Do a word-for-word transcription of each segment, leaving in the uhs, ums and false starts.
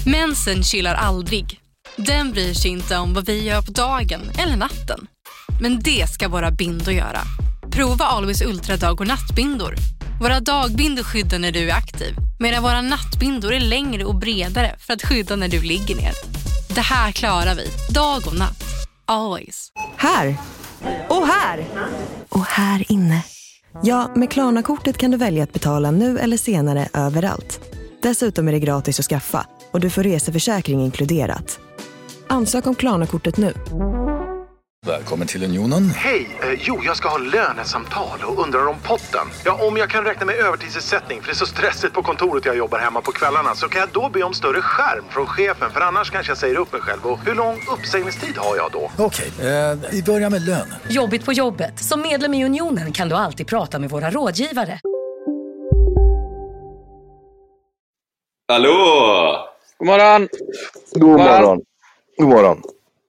Mensen chillar aldrig. Den bryr sig inte om vad vi gör på dagen eller natten. Men det ska våra bindor göra. Prova Always Ultra dag- och nattbindor. Våra dagbindor skyddar när du är aktiv, medan våra nattbindor är längre och bredare för att skydda när du ligger ner. Det här klarar vi, dag och natt. Always. Här! Och här! Och här inne. Ja, med Klarna-kortet kan du välja att betala nu eller senare överallt. Dessutom är det gratis att skaffa och du får reseförsäkring inkluderat. Ansök om Klarna-kortet nu. Välkommen till Unionen. Hej, eh, jo jag ska ha lönesamtal och undrar om potten. Ja, om jag kan räkna med övertidsersättning för det är så stressigt på kontoret jag jobbar hemma på kvällarna, så kan jag då be om större skärm från chefen, för annars kanske jag säger upp mig själv. Och hur lång uppsägningstid har jag då? Okej, eh, vi börjar med lön. Jobbigt på jobbet. Som medlem i Unionen kan du alltid prata med våra rådgivare. Hallå! God morgon! God morgon! God morgon!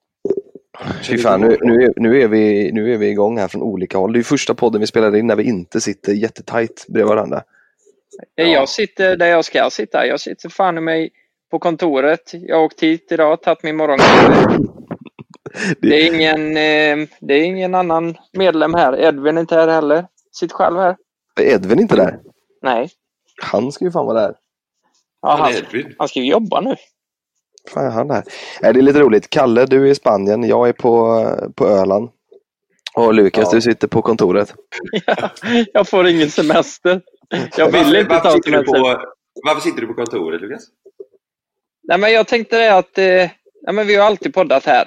Fy fan, nu, nu, är, nu, är vi, nu är vi igång här från olika håll. Det är första podden vi spelar in när vi inte sitter jättetajt bredvid varandra. Ja. Jag sitter där jag ska sitta. Jag sitter fan i mig på kontoret. Jag har åkt hit idag, tagit min morgonkaffe. det... det är ingen eh, det är ingen annan medlem här. Edvin är inte här heller. Sitter själv här. Är Edvin inte där? Nej. Han ska ju fan vara där. Ja, han, han ska ju jobba nu. Fan är han där? Är det är lite roligt. Kalle, du är i Spanien. Jag är på, på Öland. Och Lukas, ja. Du sitter på kontoret. Ja, jag får ingen semester. Jag vill varför, inte varför ta sitter semester. Du på, varför sitter du på kontoret, Lukas? Nej, men jag tänkte det att eh, nej, men vi har alltid poddat här.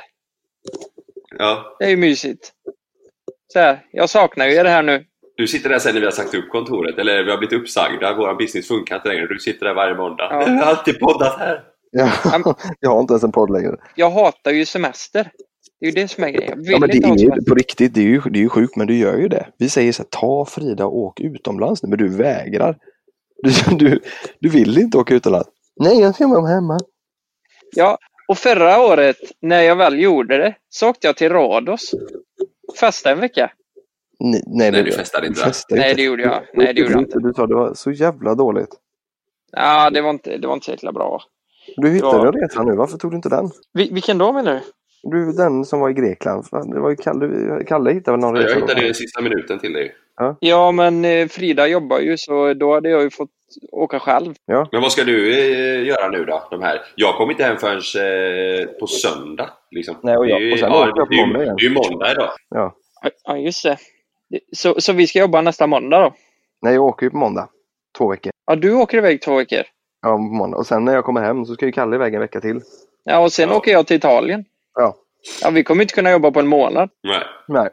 Ja. Det är ju mysigt. Så här, jag saknar ju det här nu. Du sitter där sen när vi har sagt upp kontoret. Eller vi har blivit uppsagda. Vår business funkar inte längre. Du sitter där varje måndag. Ja. Vi har alltid poddat här. Ja, jag har inte ens en podd längre. Jag hatar ju semester. Det är ju det som är grejen. Jag vill ja, men det inte är ha ju på riktigt, det är ju, det är ju sjukt, men du gör ju det. Vi säger så här, ta Frida och åk utomlands nu, men du vägrar. Du, du, du vill inte åka utomlands. Nej, jag ska vara hemma. Ja, och förra året när jag väl gjorde det så åkte jag till Rhodos. Festa en vecka. Nej, nej, nej du festade inte. Festade nej, det gjorde jag. Nej, det gjorde jag inte. Du sa det var så jävla dåligt. Ja, det var inte, det var inte så jäkla bra. Du hittade var... en resa nu, varför tog du inte den? Vil- vilken då menar du? Du, den som var i Grekland. Det var ju Kalle, Kalle hittade väl någon resa. Jag hittade den sista minuten till dig. Ja, ja men eh, Frida jobbar ju, så då hade jag ju fått åka själv. Ja. Men vad ska du eh, göra nu då? De här? Jag kom inte hem förrän eh, på söndag. Liksom. Nej, och jag. Och sen ja, åker jag på måndag igen. Det är ju måndag idag. Ja. Ja, just det. Så, så vi ska jobba nästa måndag då? Nej, jag åker ju på måndag. Två veckor. Ja, du åker iväg två veckor. Ja, på måndag. Och sen när jag kommer hem så ska ju Kalle iväg en vecka till. Ja, och sen ja. åker jag till Italien. Ja. Ja, vi kommer inte kunna jobba på en månad. Nej. Nej.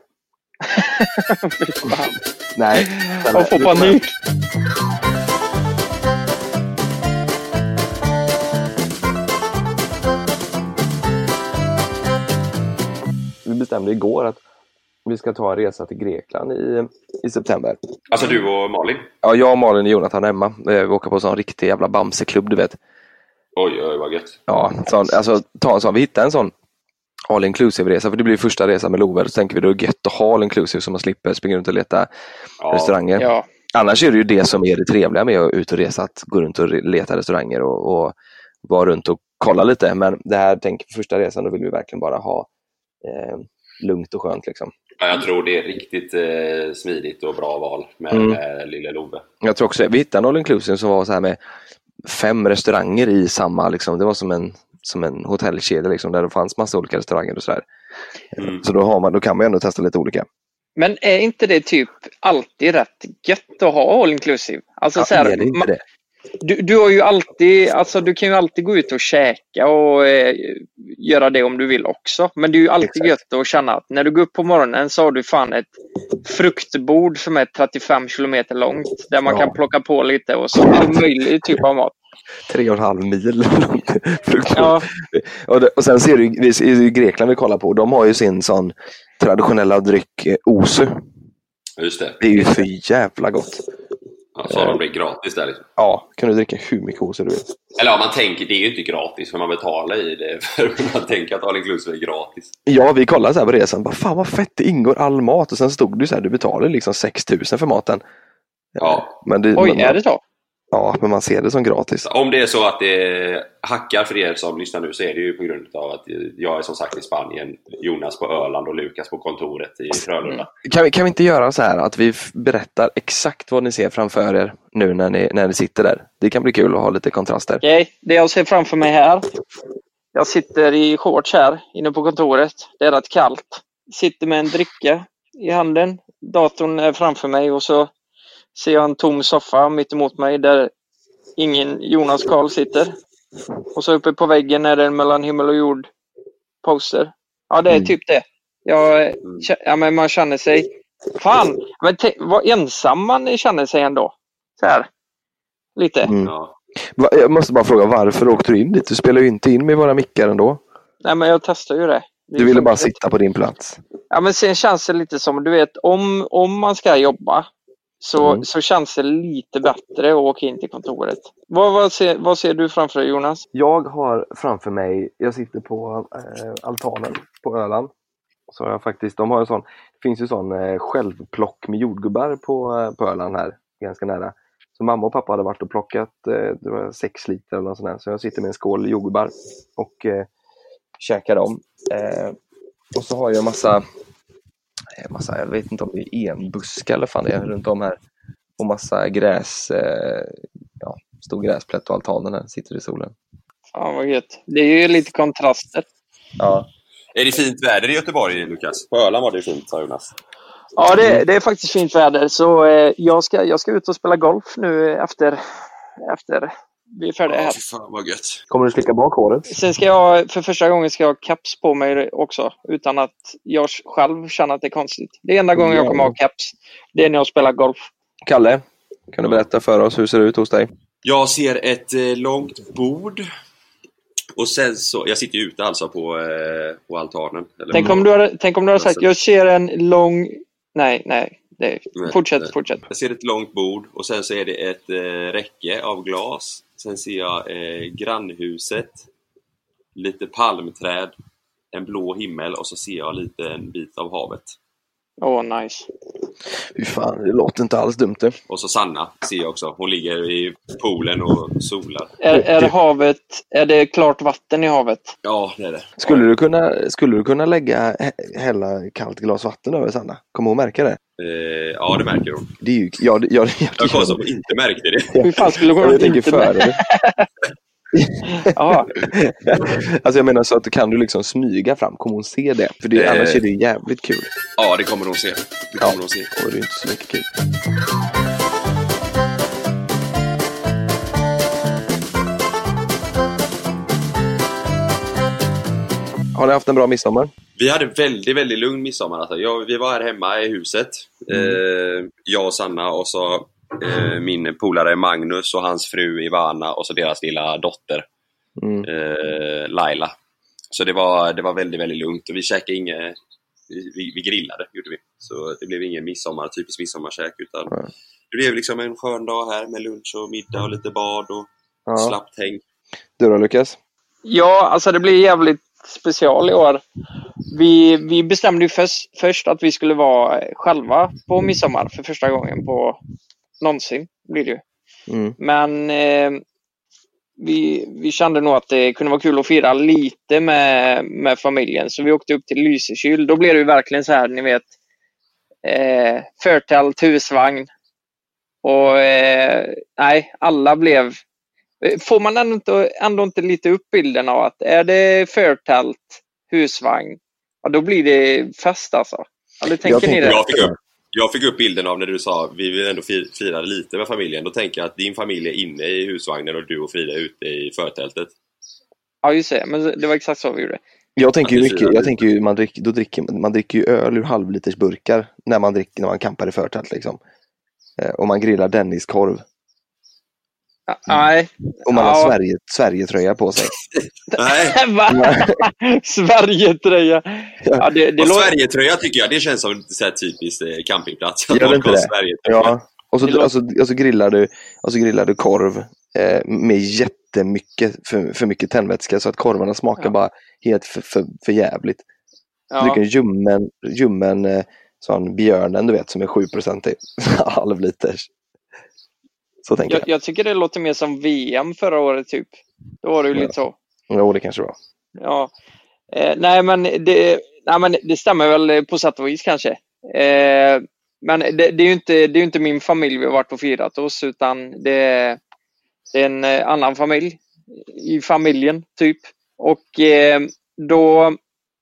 Fan. Nej. Jag får panik. Vi bestämde igår att vi ska ta en resa till Grekland i, i september. Alltså du och Malin? Ja, jag, Malin och Jonathan hemma. Vi åker på en sån riktig jävla bamseklubb, du vet. Oj, oj, vad gött. Ja, sån, alltså ta en sån. Vi hittar en sån all inclusive resa, för det blir första resan med Love. Så tänker vi då är det gött att ha all inclusive så man slipper springa runt och leta ja. restauranger. Ja. Annars är det ju det som är det trevliga med att ut och resa, att gå runt och leta restauranger och, och vara runt och kolla lite. Men det här, tänker för första resan, då vill vi verkligen bara ha eh, lugnt och skönt liksom. Ja, jag tror det är riktigt eh, smidigt och bra val med mm. eh, lilla Love. Jag tror också, vi hittade en all inclusive som var så här med fem restauranger i samma, liksom, det var som en, som en hotellkedja liksom, där det fanns massa olika restauranger och sådär. Mm. Så då, har man, då kan man ändå testa lite olika. Men är inte det typ alltid rätt gött att ha all inclusive? Alltså, ja, så här, är det inte man, det? Du, du har ju alltid, alltså du kan ju alltid gå ut och käka och eh, göra det om du vill också. Men det är ju alltid Exakt. gött att känna att när du går upp på morgonen så har du fan ett fruktbord som är trettiofem kilometer långt. Där man ja. kan plocka på lite och så all möjlig typ av mat. Tre och en halv mil långt fruktbord. Ja. Och, det, och sen ser du, i Grekland vi kollar på, de har ju sin sån traditionella dryck eh, osu. Just det. Det är ju för jävla gott. Ja, så de blir gratis där liksom. Ja, kan du dricka hur mycket osu du vill. Eller ja, man tänker, det är ju inte gratis för man betalar i det. För man tänker att all inclusive är gratis. Ja, vi kollade så här på resan. Bara, fan vad fett, det ingår all mat. Och sen stod du så här, du betalar liksom sex tusen för maten. Ja. Men det, Oj, man, är det så? Ja, men man ser det som gratis. Om det är så att det hackar för er som lyssnar nu, så är det ju på grund av att jag är som sagt i Spanien, Jonas på Öland och Lukas på kontoret i Frölunda. Kan vi, kan vi inte göra så här att vi berättar exakt vad ni ser framför er nu när ni, när ni sitter där? Det kan bli kul att ha lite kontraster. Okej, okay, det jag ser framför mig här. Jag sitter i shorts här inne på kontoret. Det är rätt kallt. Sitter med en dricka i handen. Datorn är framför mig och så ser jag en tom soffa mitt emot mig där ingen Jonas Karl sitter. Och så uppe på väggen är det en mellan himmel och jord poster. Ja, det är mm. typ det. Jag, ja, men man känner sig... Fan, men te, vad ensam man känner sig ändå. Så här. Lite. Mm. Jag måste bara fråga, varför åkte du in dit? Du spelar ju inte in med våra mickar ändå. Nej, men jag testar ju det. det du ville bara sitta på din plats. Ja, men sen känns det lite som, du vet, om, om man ska jobba så, mm. så känns det lite bättre att åka in till kontoret. Vad, vad, ser, vad ser du framför dig, Jonas? Jag har framför mig, jag sitter på eh, altanen på Öland. Så jag faktiskt, de har en sån, det finns ju sån eh, självplock med jordgubbar på, eh, på Öland här, ganska nära. Så mamma och pappa hade varit och plockat eh, det var sex liter eller något sånt där. Så jag sitter med en skål jordgubbar och eh, käkar dem. Eh, och så har jag en massa, en massa, jag vet inte om det är enbuskar eller fan det är runt om här. Och massa gräs, eh, ja, stor gräsplätt och altanen här, sitter i solen. Ja, vad gött. Det är ju lite kontraster. Ja. Är det fint väder i Göteborg, Lukas? På Öland var det fint, sa Jonas. Ja, det, det är faktiskt fint väder. Så eh, jag, ska, jag ska ut och spela golf nu efter, efter vi är färdiga här. Ja, fan vad gött. Kommer du slicka bak håret? Sen ska jag, för första gången ska jag ha caps på mig också. Utan att jag själv känner att det är konstigt. Det är enda gången jag kommer ha caps. Det är när jag spelar golf. Kalle, kan du berätta för oss hur ser det ut hos dig? Jag ser ett eh, långt bord. Och sen så, jag sitter ju ute alltså på, eh, på altanen. Eller tänk, på, om du har, tänk om du har sagt, jag ser en lång... Nej, nej. Det, nej fortsätt, nej. fortsätt. Jag ser ett långt bord och sen så är det ett eh, räcke av glas. Sen ser jag eh, grannhuset, lite palmträd, en blå himmel och så ser jag lite en bit av havet. Åh, oh, nice. Fy fan, det låter inte alls dumt det. Och så Sanna ser jag också. Hon ligger i poolen och solar. Är, är havet, är det klart vatten i havet? Ja, det är det. Skulle du kunna, skulle du kunna lägga hälla kallt glas vatten över Sanna? Kommer hon märka det? Eh, ja, det märker hon. Det är ju, ja, det, ja, det, jag konstigt att hon inte märkte det. Hur fan skulle hon jag inte tänker före det. Ja. Alltså jag menar så att kan du liksom smyga fram, kommer hon se det? För det, eh. annars är det jävligt kul. Ja, det kommer hon se. Det kommer ja. hon se. Och det är inte så mycket kul. Har ni haft en bra midsommar? Vi hade väldigt, väldigt lugn midsommar. Alltså. Jag, vi var här hemma i huset. Mm. Eh, jag och Sanna och så eh, min polare Magnus och hans fru Ivana och så deras lilla dotter mm. eh, Laila. Så det var, det var väldigt, väldigt lugnt. Och vi käkade inget, vi, vi grillade gjorde vi. Så det blev ingen midsommar, typisk midsommarkäk utan mm. det blev liksom en skön dag här med lunch och middag och lite bad och ja. slappt häng. Du då, Lukas? Ja, alltså det blir jävligt special i år. Vi, vi bestämde ju först, först att vi skulle vara själva på midsommar för första gången på någonsin blir det ju. Mm. Men eh, vi, vi kände nog att det kunde vara kul att fira lite med, med familjen. Så vi åkte upp till Lysekil. Då blev det ju verkligen så här, ni vet, eh, förtält, husvagn. Och eh, nej, alla blev... Får man ändå inte, ändå inte lite upp bilden av att är det förtält, husvagn, ja, då blir det fest alltså. Eller tänker jag, ni det? Jag fick, upp, jag fick upp bilden av när du sa vi vill ändå fira lite med familjen. Då tänker jag att din familj är inne i husvagnen och du och Frida är ute i förtältet. Ja, just det. Men det var exakt så vi gjorde. Jag tänker ju mycket, jag tänker ju man dricker, då dricker, man dricker ju öl ur halvliters burkar när man dricker, när man campar i förtält liksom. Och man grillar Denniskorv. Nej. Och man har ja. Sverige, Sverige-tröja på sig. Nej. Sverige-tröja. Ja, det, det låter... Sverige-tröja tycker jag, det känns som så här typiskt campingplats. Gör det inte det? Ja. Och så, låter... och, så, och, så grillar du, och så grillar du korv eh, med jättemycket, för, för mycket tändvätska så att korvarna smakar ja. bara helt för, för, för jävligt. Ja. Du dricker en ljummen, ljummen eh, sån björnen du vet som är sju procent halv liters. Så tänker jag, jag. jag tycker det låter mer som V M förra året typ. Då var det ju Ja. lite så. Jo, det kanske var. Ja. Eh, nej, men det, nej, men det stämmer väl på sätt och vis kanske. Eh, men det, det är ju inte, det är ju inte min familj vi har varit och firat hos, utan det, det är en eh, annan familj i familjen typ. Och eh, då,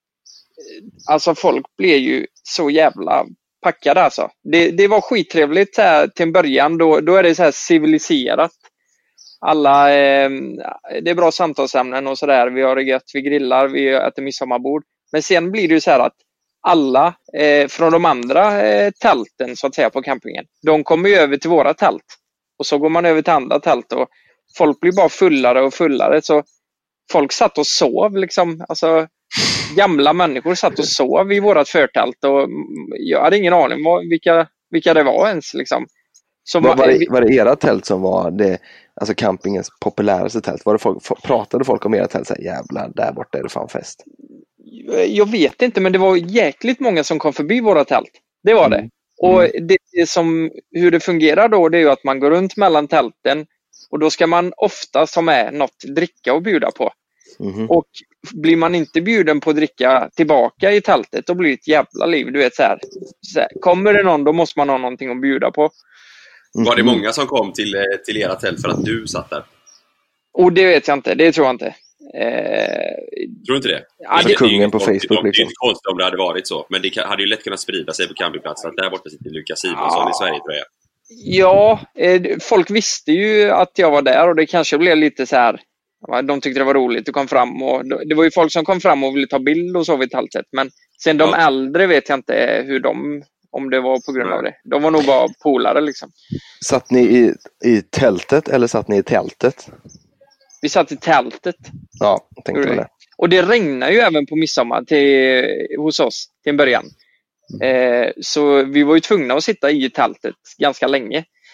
alltså folk blev ju så jävla packade alltså. Det, det var skittrevligt här till en början. Då, då är det så här civiliserat. Alla, eh, det är bra samtalsämnen och sådär. Vi har det gött, vi grillar, vi äter midsommarbord. Men sen blir det ju så här att alla eh, från de andra eh, tälten så att säga på campingen, de kommer ju över till våra tält. Och så går man över till andra tält och folk blir bara fullare och fullare. Så folk satt och sov liksom. Alltså gamla människor satt och sov i vårat förtält och jag hade ingen aning vad, vilka, vilka det var ens liksom. Så Var, var, det, var det era tält som var det, alltså campingens populäraste tält? Var det folk, pratade folk om era tält så här, jävlar, där borta är det fan fest? Jag vet inte, men det var jäkligt många som kom förbi våra tält. Det var det. Mm. Och det, det som, hur det fungerar då, det är ju att man går runt mellan tälten och då ska man ofta ta med något dricka och bjuda på. Mm. Och blir man inte bjuden på att dricka tillbaka i tältet, då blir det ett jävla liv. Du vet så här, så här, kommer det någon, då måste man ha någonting att bjuda på. Mm. Var det många som kom till, till era tält för att du satt där? Och det vet jag inte, det tror jag inte. Eh, tror du inte det? Ja, alltså, det, det kungen på Facebook. Det är liksom. inte konstigt om det hade varit så. Men det hade ju lätt kunnat sprida sig på campingplatsen att där borta sitter Lukas Simonsson ja. i Sverige, tror jag. Ja, eh, folk visste ju att jag var där och det kanske blev lite så här. De tyckte det var roligt att komma fram. Och det var ju folk som kom fram och ville ta bild och så vid tältet. Men sen de ja. äldre vet jag inte hur de... Om det var på grund av det. De var nog bara polare liksom. Satt ni i, i tältet eller satt ni i tältet? Vi satt i tältet. Ja, tänkte jag det. Och det regnar ju även på midsommar till, hos oss till en början. Mm. Eh, så vi var ju tvungna att sitta i tältet ganska länge.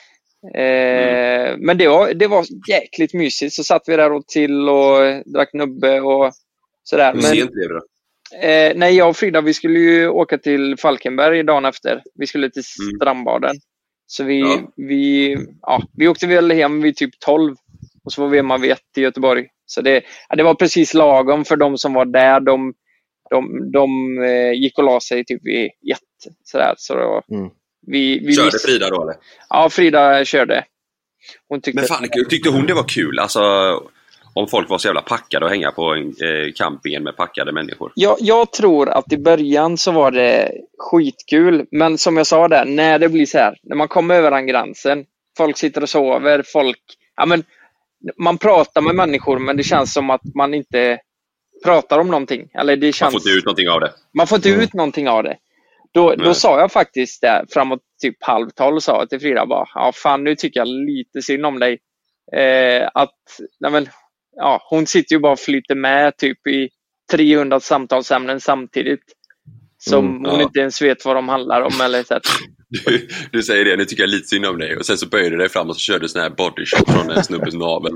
Eh, mm. Men det var, det var jäkligt mysigt. Så satt vi där och till och drack nubbe och sådär. Hur sent blev det då? Eh, nej, jag och Frida, vi skulle ju åka till Falkenberg dagen efter. Vi skulle till mm. strandbaden. Så vi, ja. vi, ja, vi åkte väl hem vid typ tolv. Och så var vi hemma vid ett i Göteborg. Så det, ja, det var precis lagom för de som var där. De, de, de eh, gick och la sig typ vid ett. Sådär. Så då, mm. vi, vi körde visste... Frida då eller? Ja, Frida körde. Hon tyckte... Men fan, tyckte hon det var kul? Alltså... Om folk var så jävla packade och hänga på en eh, campingen med packade människor. Ja, jag tror att i början så var det skitkul. Men som jag sa där, när det blir så här. När man kommer över den gränsen. Folk sitter och sover. Folk, ja, men, man pratar med människor men det känns som att man inte pratar om någonting. Eller det känns, man får inte ut någonting av det. Man får inte mm. ut någonting av det. Då, då sa jag faktiskt där framåt typ halv tolv sa jag till Frida bara. Ja fan, nu tycker jag lite synd om dig. Eh, att, nej men... Ja, hon sitter ju bara och flyter med typ i trehundra samtalsämnen samtidigt. Som mm, ja. hon inte ens vet vad de handlar om. Eller så. Du, du säger det, nu tycker jag lite synd om dig. Och sen så böjer du dig fram och så kör du sån här bodyshot från en snubbes navel.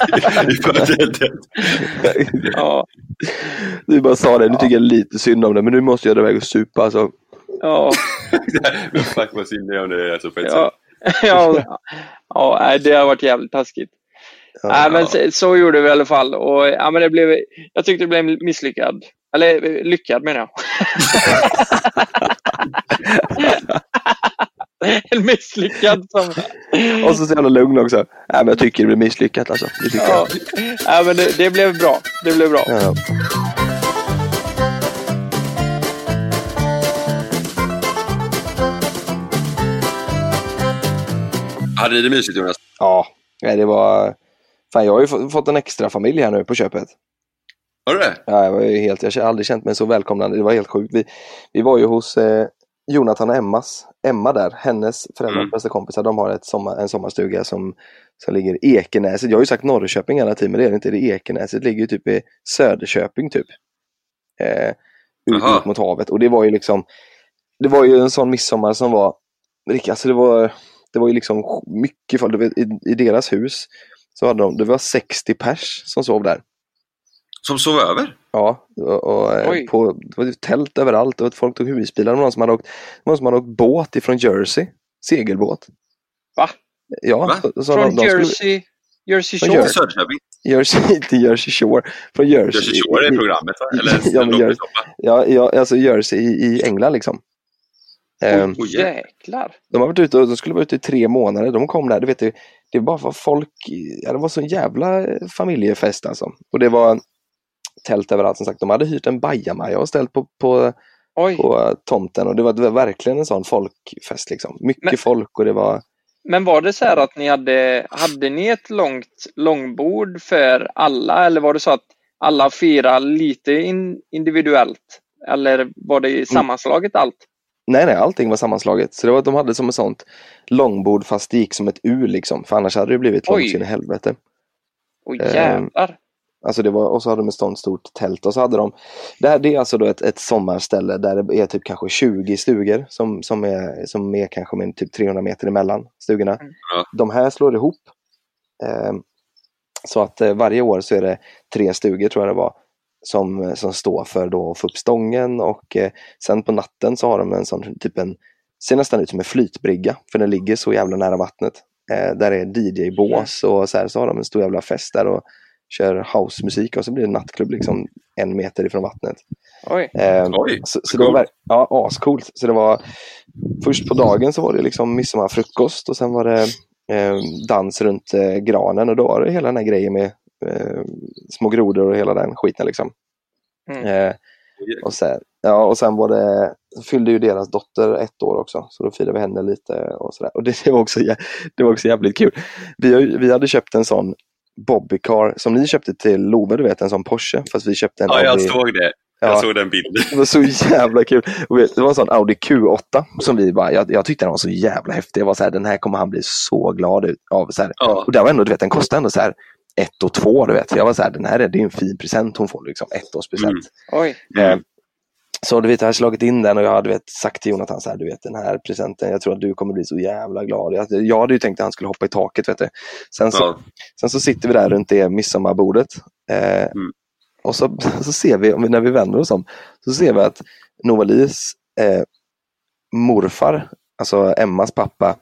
Ja. Du bara sa det, nu tycker jag lite synd om det. Men nu måste jag dra iväg och supa. Alltså. Ja. Men fuck vad synd om det är så fett. Ja. Ja. Ja, det har varit jävligt taskigt. Ja, Nej, men så, så gjorde vi i alla fall. Och, ja, men det blev, jag tyckte det blev misslyckad. Eller lyckad menar jag. En misslyckad som... Och så så jävla lugn också. Nej, men jag tycker det blev misslyckat alltså. Det tycker ja. jag. Ja, men det, det blev bra. Det blev bra. Ja. Hade ni det mysigt, Jonas? Ja, det var... Fan, jag har ju fått en extra familj här nu på köpet. Har du det? Ja, jag var ju helt, jag har aldrig känt mig så välkomnande. Det var helt sjukt. Vi, vi var ju hos eh, Jonathan och Emmas, Emma där, hennes föräldrar, mm. bästa kompisar. De har ett sommar, en sommarstuga som, som ligger i Ekenäset. Jag har ju sagt Norrköping hela tiden, men det är inte. Det är Ekenäset. Det ligger ju typ i Söderköping typ. Eh, ut, ut mot havet. Och det var ju liksom, det var ju en sån midsommar som var, alltså det var, det var ju liksom mycket folk. I, i deras hus så hade de, det var sextio pers som sov där. Som sov över? Ja, och, och på, det var tält överallt och folk tog husbilar. Det var någon som hade åkt, någon som hade åkt båt ifrån Jersey, segelbåt. Va? Ja, så, så Från de, de Jersey, skulle, Jersey Från Shore. Jersey. Söderköping. Jersey, inte Jersey Shore. Från Jersey. Jersey Shore är programmet, va? Eller ja, men Jersey, ja, ja, alltså Jersey i, i England liksom. Oj, oh, jäklar. De har varit ute och de skulle vara ute i tre månader. De kom där, du vet det, det var bara folk, ja, det var så en jävla familjefest alltså. Och det var tält överallt som sagt. De hade hyrt en bajamaja och ställt på, på, på tomten och det var, det var verkligen en sån folkfest liksom. Mycket men, folk och det var... Men var det så här att ni hade, hade ni ett långt långbord för alla eller var det så att alla firade lite in, individuellt? Eller var det sammanslaget allt? Nej, nej, allting var sammanslaget. Så det var, de hade som ett sånt långbord fast det gick som ett U liksom. För annars hade det blivit långt in i helvete. Oj, jävlar. Eh, alltså det var, och så hade de ett sånt stort tält. Och så hade de, det, här, det är alltså då ett, ett sommarställe där det är typ kanske tjugo stugor. Som, som, är, som är kanske med typ trehundra meter emellan stugorna. Mm. De här slår ihop. Eh, så att eh, varje år så är det tre stugor tror jag det var. Som, som står för då att få upp stången och eh, sen på natten så har de en sån typ en, ser nästan ut som en flytbrygga för den ligger så jävla nära vattnet. Eh, där är D J-bås och så här så har de en stor jävla fest där och kör housemusik och så blir det nattklubb liksom en meter ifrån vattnet. Oj. Eh, Oj. Så, så det var ja, ascoolt. Så det var först på dagen så var det liksom midsommarfrukost och sen var det eh, dans runt eh, granen och då var det hela den här grejen med Eh, små grodor och hela den skiten liksom. Mm. Eh, och, sen, ja, och sen var det fyllde ju deras dotter ett år också så då firade vi henne lite och sådär. Och det, det, var också, det var också jävligt kul. Vi, vi hade köpt en sån bobbycar som ni köpte till Love, du vet, en sån Porsche fast vi köpte en Ja, jag Audi, såg det. Jag ja, såg den bilden. Det var så jävla kul. Det var en sån Audi Q åtta som vi bara, jag, jag tyckte den var så jävla häftig. Jag var så här, den här kommer han bli så glad ut av så här. Ja. Och det var ändå, du vet, den kostade ändå så här ett och två, du vet. Jag var så här, den här är, det är en fin present hon får, liksom, ettårspresent. Mm. Oj. Eh, så du vet, jag hade slagit in den och jag hade vet, sagt till Jonathan så här, du vet, den här presenten, jag tror att du kommer bli så jävla glad. Jag, jag hade ju tänkt att han skulle hoppa i taket, vet du. Sen så, ja. sen så sitter vi där runt det midsommarbordet. Eh, mm. Och så, så ser vi, när vi vänder oss om, så ser vi att Novalis eh, morfar, alltså Emmas pappa,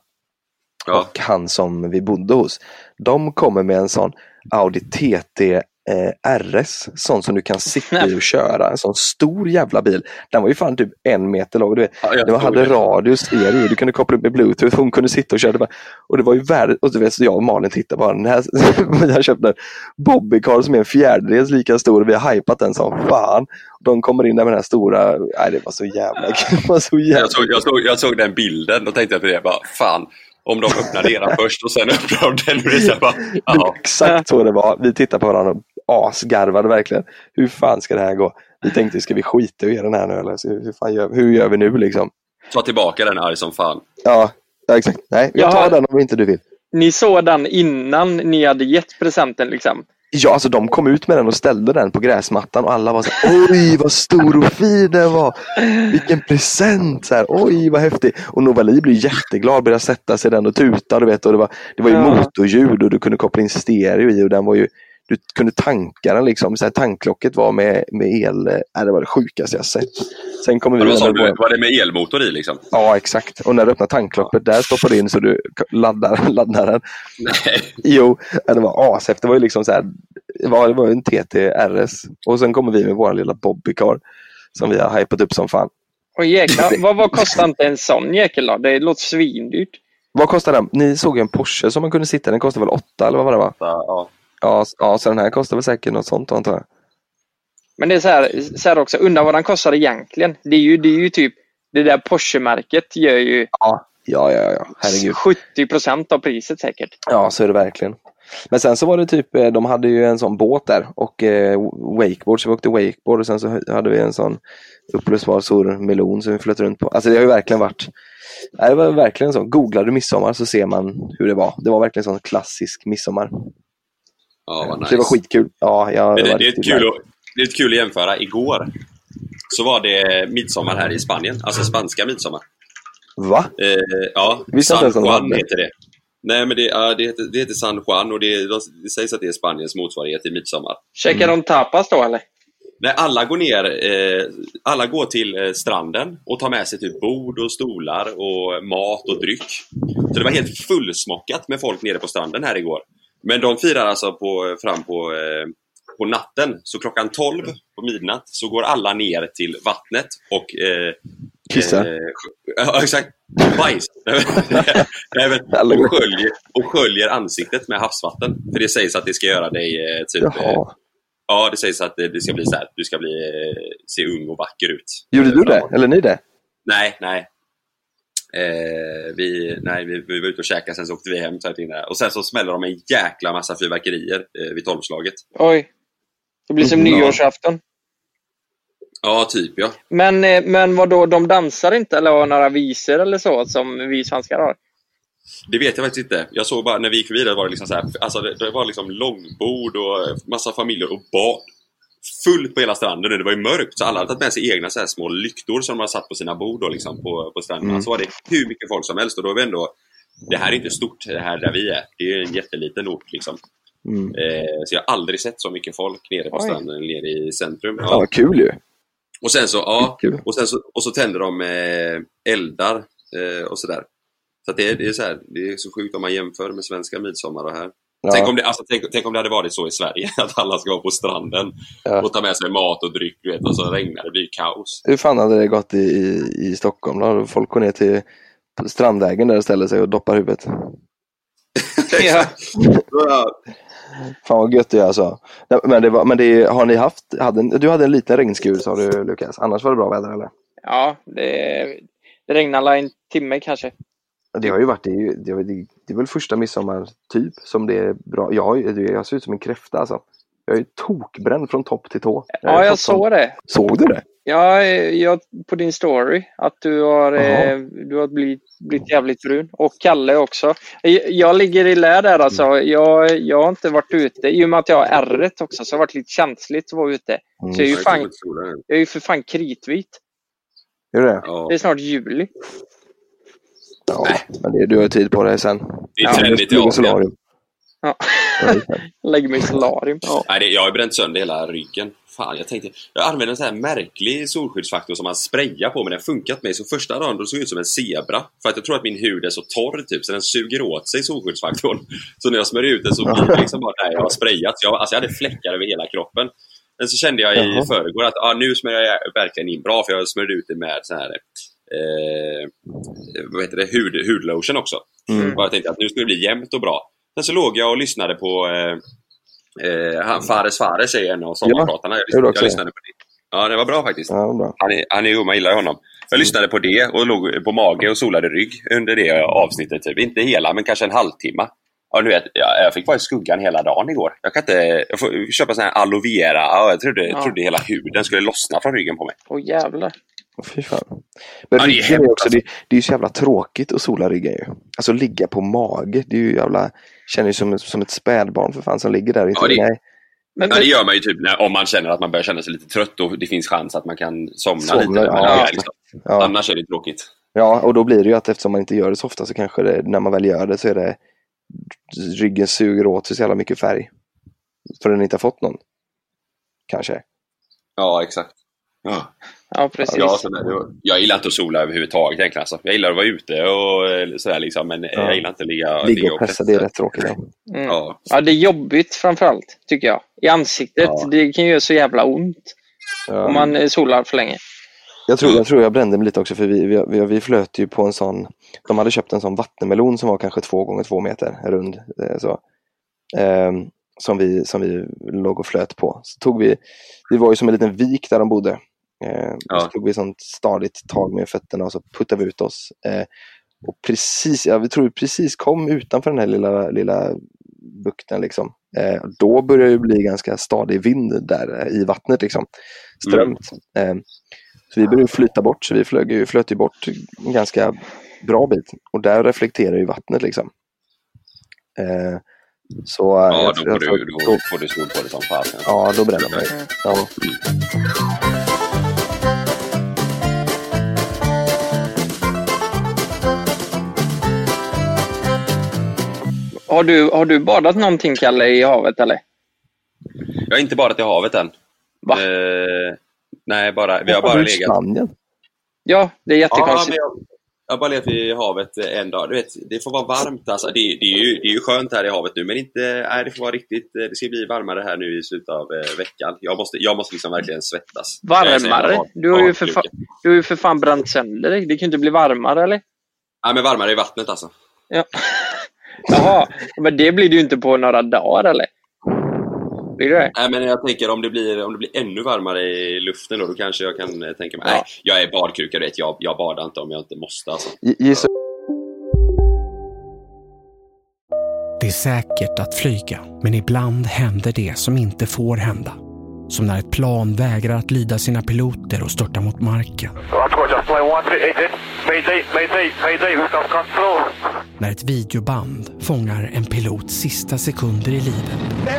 ja. och han som vi bodde hos, de kommer med en sån Audi T T eh, R S, sån som du kan sitta i och köra, en sån stor jävla bil. Den var ju fan typ en meter lång, du vet. Ja, det hade det. Radius i, du kunde koppla upp med Bluetooth, hon kunde sitta och köra bara. Och det var ju värdet, och du vet, så jag och Malin tittade bara, den här, jag köpte en bobbycar som är en fjärdedels lika stor och vi har hypat den som fan. De kommer in där med den här stora, nej det var så jävla det var så jävla jag, såg, jag, såg, jag såg den bilden och tänkte jag på det, bara fan. Om de öppnar deras först och sen öppnar de den och det är bara, ja. Exakt så det var. Vi tittade på varandra och asgarvade verkligen. Hur fan ska det här gå? Vi tänkte, ska vi skita och göra den här nu? Eller? Så hur, fan gör, hur gör vi nu liksom? Ta tillbaka den arg som fan. Ja, ja exakt. Nej, jag tar den om inte du vill. Ni såg den innan ni hade gett presenten liksom? Ja, alltså de kom ut med den och ställde den på gräsmattan och alla var så här, oj vad stor och fin den var. Vilken present, så här, oj vad häftig. Och Novali blev jätteglad, började sätta sig den och tuta, du vet, och det var, det var ju ja. motorljud och du kunde koppla in stereo i och den var ju, du kunde tanka den liksom, så här, tanklocket var med, med el, äh, det var det sjukaste jag sett. Sen kommer vi var, du, var det med elmotor i liksom? Ja, exakt. Och när du öppnar tanklocket där stoppar du in så du laddar, laddar den. Nej. Jo, det var ashäftigt. Det var ju liksom så här, det var, det var en T T R S. Och sen kommer vi med vår lilla bobbycar som vi har hypat upp som fan. Och jäklar, vad, vad kostar inte en sån jäkel då? Det låter svindyrt. Vad kostar den? Ni såg en Porsche som man kunde sitta, den kostar väl åtta eller vad var det va? Ja. Ja, ja, så den här kostar väl säkert något sånt antar jag. Men det är så här, så här också, undrar vad den kostar egentligen. Det är ju, det är ju typ, det där Porsche-märket gör ju ja, ja, ja, ja. Herregud. sjuttio procent av priset säkert. Ja, så är det verkligen. Men sen så var det typ, de hade ju en sån båt där och eh, wakeboard, så vi åkte wakeboard och sen så hade vi en sån upplösbar stor melon som vi flöt runt på. Alltså det har ju verkligen varit, det var verkligen så, googlar du midsommar så ser man hur det var. Det var verkligen sån klassisk midsommar. Ja, vad nice. Det var skitkul. Ja, jag, det, det, var det, är ett kul att, det är ett kul att jämföra. Igår så var det midsommar här i Spanien, alltså spanska midsommar. Va? Eh, ja, Visst San Juan heter det. Nej, men det, ja, det, heter, det heter San Juan och det, det sägs att det är Spaniens motsvarighet i midsommar. Käkar mm. de tapas då eller? Nej, alla går ner, eh, alla går till eh, stranden och tar med sig typ bord och stolar och mat och dryck. Så det var helt fullsmockat med folk nere på stranden här igår. Men de firar alltså på, fram på, eh, på natten. Så klockan tolv på midnatt så går alla ner till vattnet och eh, kissa. Eh, ja, exakt. Bajs. Nej, men, och, sköljer, och sköljer ansiktet med havsvatten. För det sägs att det ska göra dig eh, typ... Eh, ja, det sägs att det ska bli så här. Du ska bli, eh, se ung och vacker ut. Gjorde du det? Eller ni det? Nej, nej. Eh, vi, nej, vi, vi var ute och käkade, sen så åkte vi hem så in där. Och sen så smäller de en jäkla massa fyrverkerier eh, vid tolvslaget. Oj, det blir som mm, nyårsafton. Ja, typ ja. Men, men vad då, de dansar inte eller har några visor eller så som vi svenskar har? Det vet jag faktiskt inte. Jag såg bara när vi gick vidare var det liksom så här, alltså det, det var liksom långbord och massa familjer och bad. Fullt på hela stranden, det var ju mörkt så alla hade tagit med sig egna så här små lyktor som de hade satt på sina bord då, liksom, på, på stranden. Mm. Så var det hur mycket folk som helst och då var vi ändå, det här är inte stort det här där vi är. Det är en jätteliten ort liksom. Mm. Eh, så jag har aldrig sett så mycket folk nere på Oj. stranden nere i centrum. Ja, ja kul ju. Och sen så, ja, och sen så, och så tänder de eh, eldar eh, och sådär. Så att det, är, det, är så här, det är så sjukt om man jämför med svenska midsommar och här. Ja. Tänk, om det, alltså, tänk, tänk om det hade varit så i Sverige att alla ska vara på stranden ja. och ta med sig mat och dryck, vet, och så regnar det, blir kaos. Hur fan hade det gått i, i, i Stockholm då? Folk går ner till strandvägen där och ställer sig och doppar huvudet. Ja. Fan vad gött det är alltså. Men, det var, men det, har ni haft, hade, du hade en liten regnskur sa du Lukas, annars var det bra väder eller? Ja, det, det regnade en timme kanske. Det har ju varit, det är, det, det, det är väl första midsommar typ som det är bra. Jag, jag ser ut som en kräfta alltså. Jag är tokbränd från topp till tå. Jag ja, jag såg det. Såg du det? Ja, jag, på din story att du har, eh, du har blivit, blivit jävligt brun. Och Kalle också. Jag, jag ligger i lä där alltså. Mm. Jag, jag har inte varit ute. I och med att jag har ärret också så har det varit lite känsligt att vara ute. Mm. Så jag är ju fan, jag är ju för fan kritvit. Gör det? Det är snart juli. Ja, men det, du har tid på det sen. Det är trendigt i Asien. Ja. Lägg mig i solarium. Ja. Nej, det, jag har bränt sönder hela ryggen. Fan, jag tänkte, jag använder en sån här märklig solskyddsfaktor som man sprayar på, men det har funkat mig. Så första dagen då såg jag ut som en zebra. För att jag tror att min hud är så torr typ, så den suger åt sig solskyddsfaktorn. Så när jag smörjer ut den så blir det liksom bara, nej, jag har sprayat. Jag, alltså jag hade fläckar över hela kroppen. Men så kände jag i uh-huh. förrgår att ah, nu smörjer jag verkligen in bra, för jag smörjde ut det med så här... Eh, vad heter det, Hud, hudlotion också. Mm. Och jag tänkte att nu skulle det bli jämnt och bra. Sen så låg jag och lyssnade på eh, eh, han, Fares Fares är en av sommarpratarna. Jag, lyssnade, jag lyssnade på det. Ja, det var bra faktiskt. Ja, bra. Han är, han är jo, man gillar honom. Jag lyssnade på det och låg på mage och solade rygg under det avsnittet typ. Inte hela, men kanske en halvtimme. Ja, nu vet jag, jag fick vara i skuggan hela dagen igår. Jag kan inte, jag får köpa sån här aloe vera. Ja, jag trodde, ja. trodde hela huden skulle lossna från ryggen på mig. Åh jävlar. Fy fan. Men ja, det, är är också, det, det är ju så jävla tråkigt att sola ryggen ju. Alltså ligga på mage, det är ju jävla, känner ju som, som ett spädbarn för fan som ligger där. Ja, det, nej. Men, ja, det gör man ju typ när, om man känner att man börjar känna sig lite trött och det finns chans att man kan somna, somna lite. Ja, ja, liksom. ja. Annars är det tråkigt. Ja, och då blir det ju att eftersom man inte gör det så ofta så kanske det, när man väl gör det så är det ryggen suger åt sig så jävla mycket färg. För den inte har fått någon. Kanske. Ja, exakt. Ja. Ja, precis. Ja, sådär. Jag gillar inte att sola överhuvudtaget egentligen. Alltså. Jag gillar att vara ute och sådär liksom, men ja. jag gillar inte att ligga, ligga och pressa. Det är rätt tråkigt. Ja. Mm. Ja. ja, det är jobbigt framförallt tycker jag. I ansiktet, ja. Det kan ju göra så jävla ont ja. om man solar för länge. Jag tror, jag tror jag brände mig lite också för vi, vi, vi flöt ju på en sån, de hade köpt en sån vattenmelon som var kanske två gånger två meter rund så. Um, som vi, som vi låg och flöt på. Så tog vi, vi var ju som en liten vik där de bodde. Eh, ja. Så tog vi sånt stadigt tag med fötterna och så puttade vi ut oss. Eh, och precis, ja, vi tror vi precis kom utanför den här lilla, lilla bukten liksom. Eh, då började det bli ganska stadig vind där eh, i vattnet liksom. Strömt. Mm. Eh, så vi började flyta bort, så vi flög ju, flöt ju bort en ganska bra bit. Och där reflekterar ju vattnet liksom. Eh, Så, ja, då får, du, då, då får du sol på det som fan. Ja, då bränner man. Ja. Har du, har du badat någonting, Kalle, i havet eller? Jag har inte badat i havet än. Va? Eh, nej, bara, vi har bara legat. Spanien. Ja, det är Ja, jättekonstigt. men jag, jag har bara legat vid havet en dag. Du vet, det får vara varmt. Alltså. Det, det, är ju, det är ju skönt här i havet nu, men inte, nej, det får vara riktigt. Det ska bli varmare här nu i slutet av eh, veckan. Jag måste, jag måste liksom verkligen svettas. Varmare? Du har ju för fan, du har ju för fan bränt sönder dig. Det kan ju inte bli varmare, eller? Ja, men varmare i vattnet alltså. Ja. Jaha, men det blir det ju inte på några dagar, eller? Blir det? Nej, men jag tänker om det blir, om det blir ännu varmare i luften då, då kanske jag kan eh, tänka mig. Ja. Nej, jag är badkruka, du vet. Jag, jag badar inte om jag inte måste alltså. Gissa. Det är säkert att flyga, men ibland händer det som inte får hända. Som när ett plan vägrar att lyda sina piloter och störtar mot marken. När ett videoband fångar en pilots sista sekunder i livet.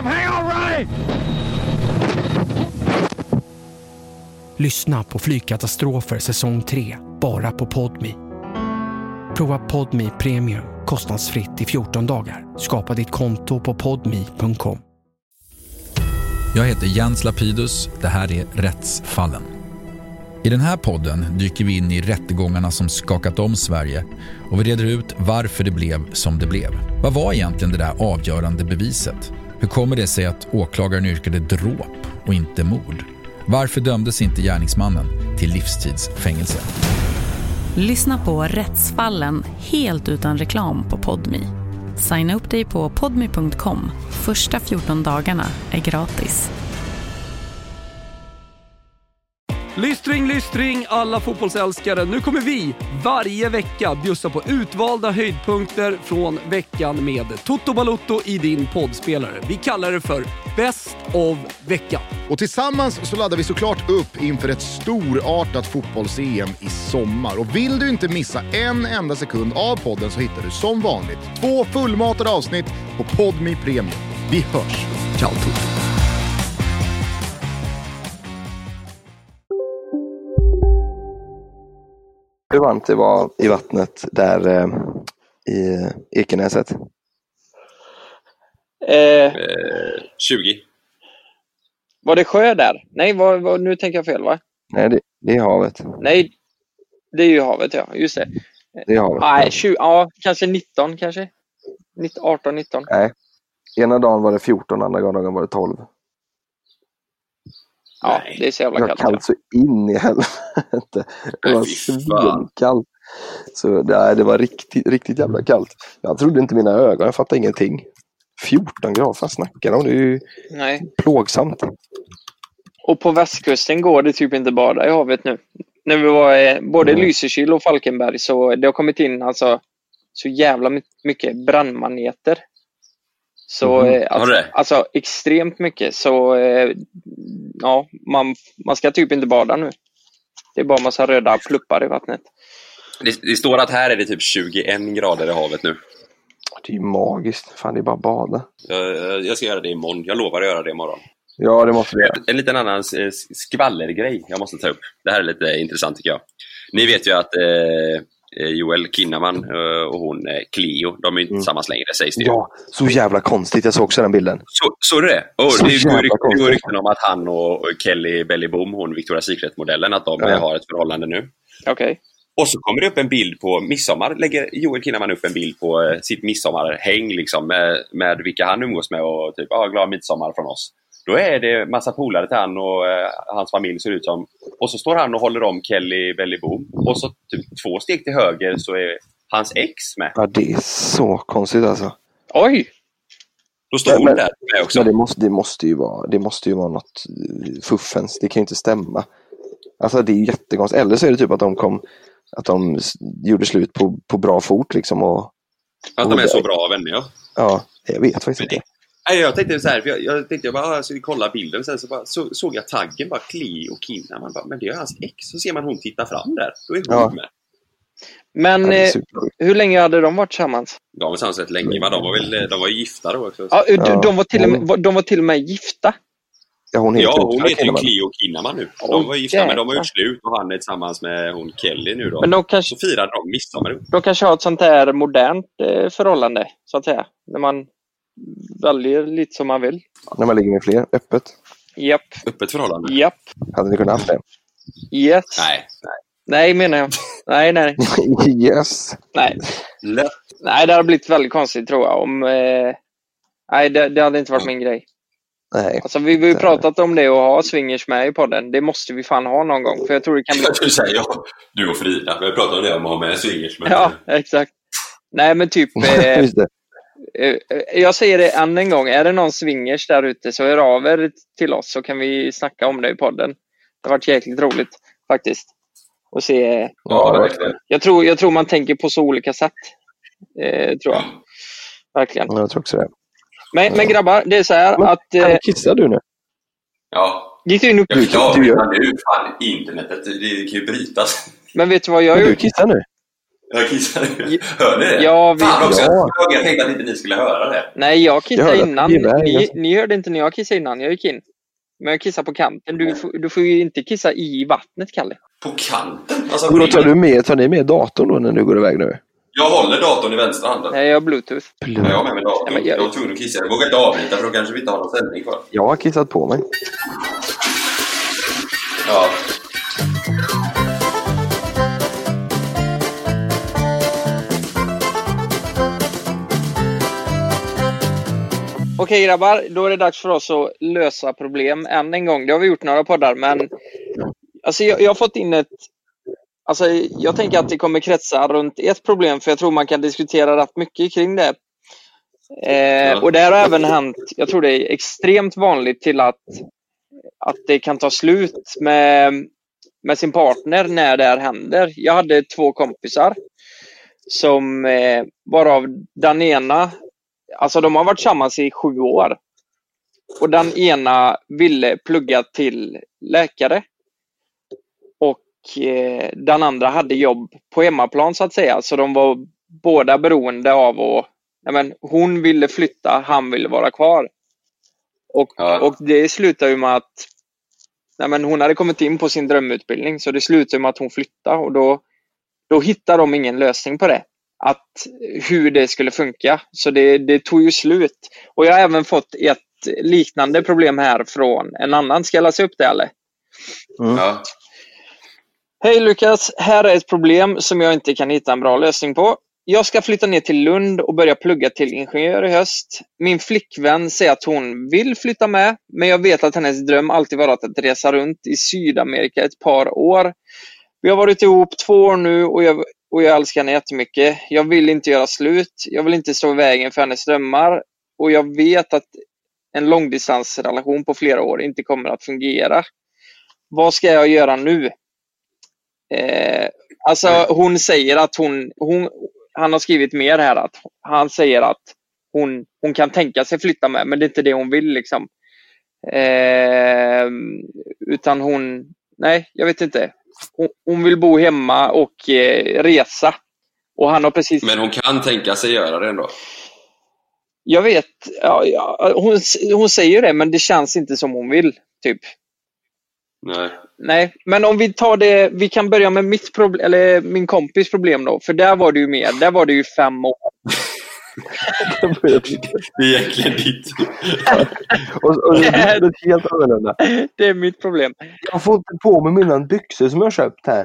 Lyssna på Flygkatastrofer säsong tre, bara på Podme. Prova Podme Premium kostnadsfritt i fjorton dagar. Skapa ditt konto på podme punkt com. Jag heter Jens Lapidus, det här är Rättsfallen. I den här podden dyker vi in i rättegångarna som skakat om Sverige och vi reder ut varför det blev som det blev. Vad var egentligen det där avgörande beviset? Hur kommer det sig att åklagaren yrkade dråp och inte mord? Varför dömdes inte gärningsmannen till livstidsfängelse? Lyssna på Rättsfallen helt utan reklam på Podme. Signa upp dig på podme punkt com. Första fjorton dagarna är gratis. Lystring, lystring alla fotbollsälskare. Nu kommer vi varje vecka bjussa på utvalda höjdpunkter från veckan med Toto Balotto i din poddspelare. Vi kallar det för Best of veckan. Och tillsammans så laddar vi såklart upp inför ett storartat fotbolls-E M i sommar. Och vill du inte missa en enda sekund av podden så hittar du som vanligt två fullmatade avsnitt på Podme Premium. Vi hörs. Ciao Toto. Hur varmt det var i vattnet där eh, i Ekenäset? Eh, tjugo. Var det sjö där? Nej, var, var, nu tänker jag fel, va? Nej, det, det är havet. Nej, det är ju havet, ja. Just det. Det är havet. Nej, tjugo, ja, kanske nitton, kanske. arton nitton. Nej, ena dagen var det fjorton, andra dagen var det tolv. Ja, det är så jävla kallt. kallt. Det var kallt så in i helvete. Det var svinkallt. Så nej, det var riktigt, riktigt jävla kallt. Jag trodde inte mina ögon, jag fattade ingenting. fjorton grader, vad snackar de? Det är ju Nej. plågsamt. Och på västkusten går det typ inte bara i havet nu. När vi var eh, både Mm. Lysekil och Falkenberg så det har kommit in alltså så jävla my- mycket brandmaneter. Så Mhm. eh, alltså, alltså extremt mycket. Så eh, ja, man, man ska typ inte bada nu. Det är bara massa röda pluppar i vattnet. Det, det står att här är det typ tjugoen grader i havet nu. Det är ju magiskt. Fan, det är bara att bada. Jag, jag ska göra det imorgon. Jag lovar att göra det imorgon. Ja, det måste vi göra. En liten annan eh, skvallergrej jag måste ta upp. Det här är lite intressant tycker jag. Ni vet ju att eh, Joel Kinnaman eh, och hon eh, Cleo, de är inte Mm. tillsammans längre, sägs det ju. Ja, så jävla konstigt. Jag såg också den bilden. Så, så det? Oh, Så det jävla går rykt- konstigt. det går rykten om att han och, och Kelly Belly Boom, hon Victoria's Secret-modellen, att de Ja. eh, har ett förhållande nu. Okej. Okay. Och så kommer det upp en bild på midsommar. Lägger Joel Kinnaman upp en bild på eh, sitt midsommarhäng liksom, med, med vilka han umgås med och typ, ja, glad midsommar från oss. Då är det massa polare till han och eh, hans familj ser ut som. Och så står han och håller om Kelly Belly Boom. Och så typ två steg till höger så är hans ex med. Ja, det är så konstigt alltså. Oj! Då står hon men, där med också. Men det måste, det måste ju vara, det måste ju vara något eh, fuffens. Det kan ju inte stämma. Alltså det är ju jättekonstigt. Eller så är det typ att de kom, att de s- gjorde slut på, på bra fot liksom. Och, Att de är så bra vänner, ja. Ja, jag vet faktiskt inte. Nej, jag tänkte så här, för jag, jag tänkte jag bara jag skulle kolla bilden, sen så bara, så, såg jag taggen bara Cleo och Kinnaman, bara, men det är hans ex. Så ser man hon titta fram där, då är hon Ja. med. Men Ja, det är eh, supersjukt. hur länge hade de varit tillsammans? De var tillsammans rätt länge, men de var väl de var ju gifta då också. Ja, de, Ja. de, var till och med, Mm. var- de var till och med gifta. Ja, hon heter, Ja, hon också heter ju Kinnaman. Cleo Kinnaman nu. De Åh, var gifta, men de har jäklar. gjort slut och han är tillsammans med hon Kelly nu då. Men de kanske, Så firade de midsommar. de kanske har ett sånt här modernt eh, förhållande, så att säga. När man väljer lite som man vill. När man ligger med fler, öppet. Japp. Öppet förhållande? Japp. Hade ni kunnat haft det? Yes. Nej. Nej. Nej, menar jag. Nej, nej. Yes. Nej. Lätt. Nej, det hade blivit väldigt konstigt tror jag. Om, eh... Nej, det, det hade inte varit min grej. Nej. Alltså, vi har ju pratat om det och ha swingers med i podden. Det måste vi fan ha någon gång. För jag tror det kan bli... Du säger jag. Du och Frida. Vi har pratat om det om att ha med swingers. Men... Ja, exakt. Nej, men typ... Eh... Just det. Jag säger det än en gång. Är det någon swingers där ute så hör av er till oss så kan vi snacka om det i podden. Det har varit jäkligt roligt faktiskt. Och se... Ja, verkligen. Jag tror, jag tror man tänker på så olika sätt. Eh, tror jag. Verkligen. Jag tror också det. Men, men grabbar, det är så här men, att... Eh, kissar du nu? Ja. Gick du in och... Jag klarar du, du, nu. Fan, internetet. Det kan ju brytas. Men vet du vad jag men gör? Du kissar nu? Jag kissar nu. Hör ni det? Ja, vi... Fan också. Ja. Jag tänkte att inte ni skulle höra det. Nej, jag kissade jag innan. Iväg, Ni, alltså. ni hörde inte när jag kissade innan. Jag gick in. Men jag kissar på kanten. Du, du får ju inte kissa i vattnet, Kalle. På kanten? Alltså, Och då tar, du med, tar ni med datorn då när du går iväg nu? Jag håller datorn i vänstra handen. Nej, jag har bluetooth. Ja, jag har med mig datorn. Nej, men jag... jag var tvungen att kissa. Jag vågar inte avbryta för då kanske vi inte har någon sändning kvar. Jag har kissat på mig. Ja. Okej grabbar, då är det dags för oss att lösa problem än en gång. Det har vi gjort några poddar, men alltså jag, jag har fått in ett... Alltså jag tänker att det kommer kretsa runt ett problem, för jag tror man kan diskutera rätt mycket kring det. Eh, och det har även hänt, jag tror det är extremt vanligt till att, att det kan ta slut med, med sin partner när det här händer. Jag hade två kompisar som eh, varav den ena... Alltså de har varit tillsammans i sju år. Och den ena ville plugga till läkare. Och eh, den andra hade jobb på hemmaplan så att säga. Så de var båda beroende av att... Ja, men, hon ville flytta, han ville vara kvar. Och, ja. och det slutar ju med att... Ja, men, hon hade kommit in på sin drömutbildning. Så det slutar med att hon flyttar. Och då, då hittar de ingen lösning på det. Att hur det skulle funka. Så det, det tog ju slut. Och jag har även fått ett liknande problem här från en annan. Ska jag läsa upp det eller? Mm. Ja. Hej Lukas, här är ett problem som jag inte kan hitta en bra lösning på. Jag ska flytta ner till Lund och börja plugga till ingenjör i höst. Min flickvän säger att hon vill flytta med. Men jag vet att hennes dröm alltid varit att resa runt i Sydamerika ett par år. Vi har varit ihop två år nu och jag... Och jag älskar henne jättemycket. Jag vill inte göra slut. Jag vill inte stå i vägen för hennes drömmar. Och jag vet att en långdistansrelation på flera år inte kommer att fungera. Vad ska jag göra nu? Eh, alltså hon säger att hon, hon... Han har skrivit mer här. Att han säger att hon, hon kan tänka sig flytta med. Men det är inte det hon vill liksom. Eh, utan hon... Nej, jag vet inte. Hon vill bo hemma och eh, resa. Och han har precis... Men hon kan tänka sig göra det ändå. Jag vet. Ja, ja, hon, hon säger det, men det känns inte som hon vill. Typ. Nej. Nej, men om vi tar det... Vi kan börja med mitt problem, eller min kompis problem då. För där var det ju mer. Där var det ju fem år. Det är egentligen ditt. Ja. och, och det är helt annorlunda. Det är mitt problem. Jag får inte på mig mina byxor som jag har köpt här.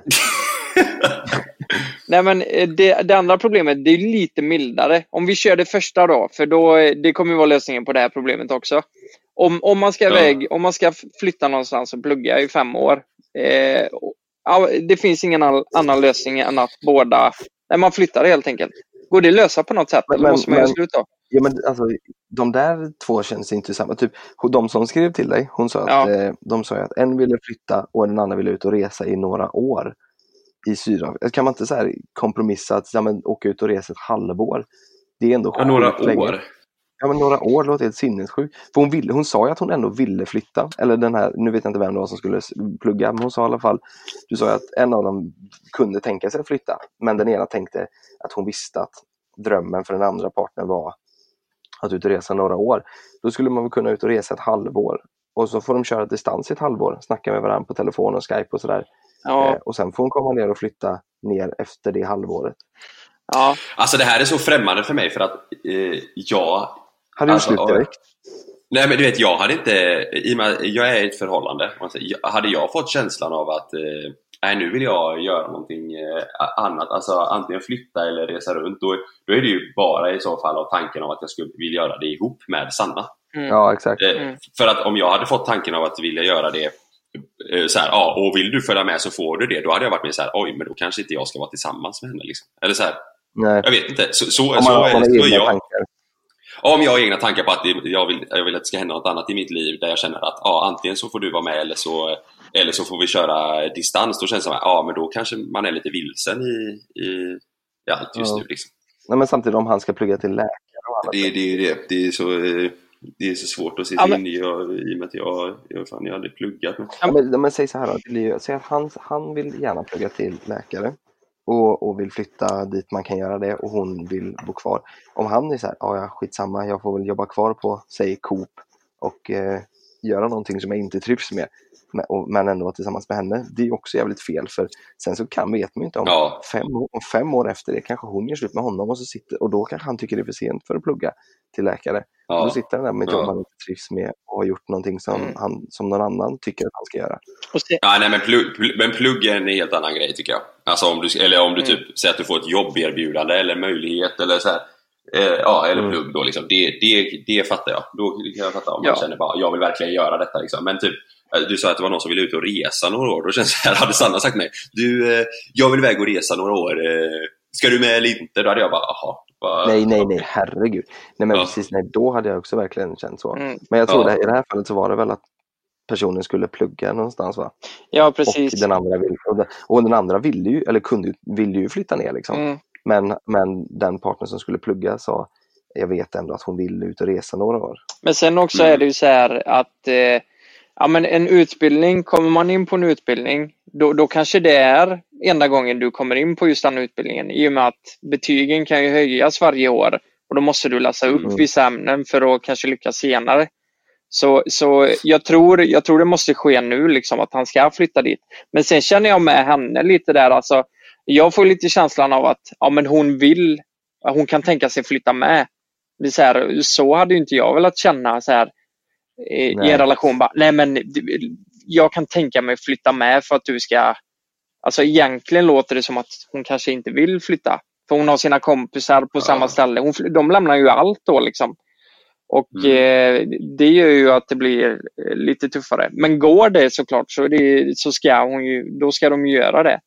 Nej, men det, det andra problemet, det är lite mildare. Om vi kör det första då, för då det kommer ju vara lösningen på det här problemet också. Om, om man ska ja. iväg, om man ska flytta någonstans och plugga i fem år. Eh, ja, det finns ingen all, annan lösning än att båda... Nej, man flyttar helt enkelt. Går det lösa på något sätt? Men, eller måste man men, göra slut då? Ja, men alltså, de där två känns inte samma. Typ, de som skrev till dig, hon sa ja. att, eh, de sa att en ville flytta och den andra ville ut och resa i några år i Sydafrika. Kan man inte så här kompromissa att ja, men, åka ut och resa ett halvår? Det är ändå ja, några länge. år. Ja, men några år låter helt sinnessjukt. För hon, ville, hon sa ju att hon ändå ville flytta. Eller den här, nu vet jag inte vem det var som skulle plugga, men hon sa i alla fall, du sa ju att en av dem kunde tänka sig att flytta. Men den ena tänkte att hon visste att drömmen för den andra partnern var att ut och resa några år. Då skulle man väl kunna ut och resa ett halvår. Och så får de köra distans i ett halvår. Snacka med varandra på telefon och Skype och sådär. Ja. Eh, och sen får hon komma ner och flytta ner efter det halvåret. Ja. Alltså det här är så främmande för mig för att eh, jag... Hade du alltså, slut direkt? Nej, men du vet, jag hade inte, i och med, jag är i ett förhållande, hade jag fått känslan av att eh, nej, nu vill jag göra någonting eh, annat, alltså antingen flytta eller resa runt, då, då är det ju bara i så fall av tanken av att jag skulle vilja göra det ihop med Sanna. Mm. Ja, exakt. Eh, Mm. För att om jag hade fått tanken av att vilja göra det eh, så här, ja, och vill du följa med så får du det, då hade jag varit med så här, oj, men då kanske inte jag ska vara tillsammans med henne liksom. Eller så här, Nej. jag vet inte, så, så, Om man så, har är, så är jag. tankar. Om jag har egna tankar på att jag vill, jag vill att det ska hända något annat i mitt liv där jag känner att ja, antingen så får du vara med eller så, eller så får vi köra distans, då känns det som att ja, men då kanske man är lite vilsen i, i, i allt just Ja. nu liksom. Nej, men samtidigt om han ska plugga till läkare och annat. Det, det är det, det är så, det är så svårt att sitta Ja, men- in i, jag, i och med att jag, jag, fan, jag har aldrig pluggat. Men... Ja, men, men säg så här då, det blir ju- säg att han, han vill gärna plugga till läkare och, och vill flytta dit man kan göra det, och hon vill bo kvar. Om han är så här, ja, ja skitsamma, jag får väl jobba kvar på, säg Coop och eh, göra någonting som jag inte trivs med, men, och, men ändå vara tillsammans med henne, det är ju också jävligt fel, för sen så kan vet man ju inte om, Ja. fem, år, om fem år efter det kanske hon gör slut med honom och så sitter, och då kanske han tycker det är för sent för att plugga till läkare. Ja. Och då sitter han där med ett Ja. jobb han inte trivs med och har gjort någonting som, Mm. han, som någon annan tycker att han ska göra. Och se, Ja, nej, men, plugg, plugg, men plugg är en helt annan grej tycker jag. Alltså om du, eller om du Mm. typ säger att du får ett jobberbjudande eller möjlighet eller så här, eh, ja, eller Mm. plugg då liksom. Det, det, det fattar jag. Då kan jag fatta om Ja. man känner bara, jag vill verkligen göra detta liksom. Men typ, eh, du sa att det var någon som ville ut och resa några år. Då känns det här, hade Sanna sagt mig, du, eh, jag vill iväg och resa några år. Eh, ska du med eller inte? Då hade jag bara, aha. Bara, Nej, nej, nej, herregud. Nej, men Ja. precis, nej, då hade jag också verkligen känt så. Mm. Men jag tror Ja. det, i det här fallet så var det väl att personen skulle plugga någonstans, va? ja, precis. Och den andra vill, och den, och den andra ville ju, eller kunde ju, ville ju flytta ner liksom. Mm. Men, men den partner som skulle plugga sa, jag vet ändå att hon vill ut och resa några år. Men sen också Mm. är det ju så här att eh, ja, men en utbildning, kommer man in på en utbildning, då, då kanske det är enda gången du kommer in på just den utbildningen, i och med att betygen kan ju höjas varje år och då måste du läsa upp Mm. vissa ämnen för att kanske lyckas senare. Så, så jag, tror, jag tror det måste ske nu liksom, att han ska flytta dit. Men sen känner jag med henne lite där, alltså, jag får lite känslan av att ja, men hon vill, hon kan tänka sig flytta med. Det är så, här, så hade ju inte jag velat känna så här, i Nej. en relation. Bara, nej men jag kan tänka mig flytta med för att du ska, alltså egentligen låter det som att hon kanske inte vill flytta. För hon har sina kompisar på Ja. samma ställe. Hon, de lämnar ju allt då liksom. Och Mm. eh, det gör ju att det blir eh, lite tuffare. Men går det såklart så, är det, så ska hon ju, då ska de ju göra det.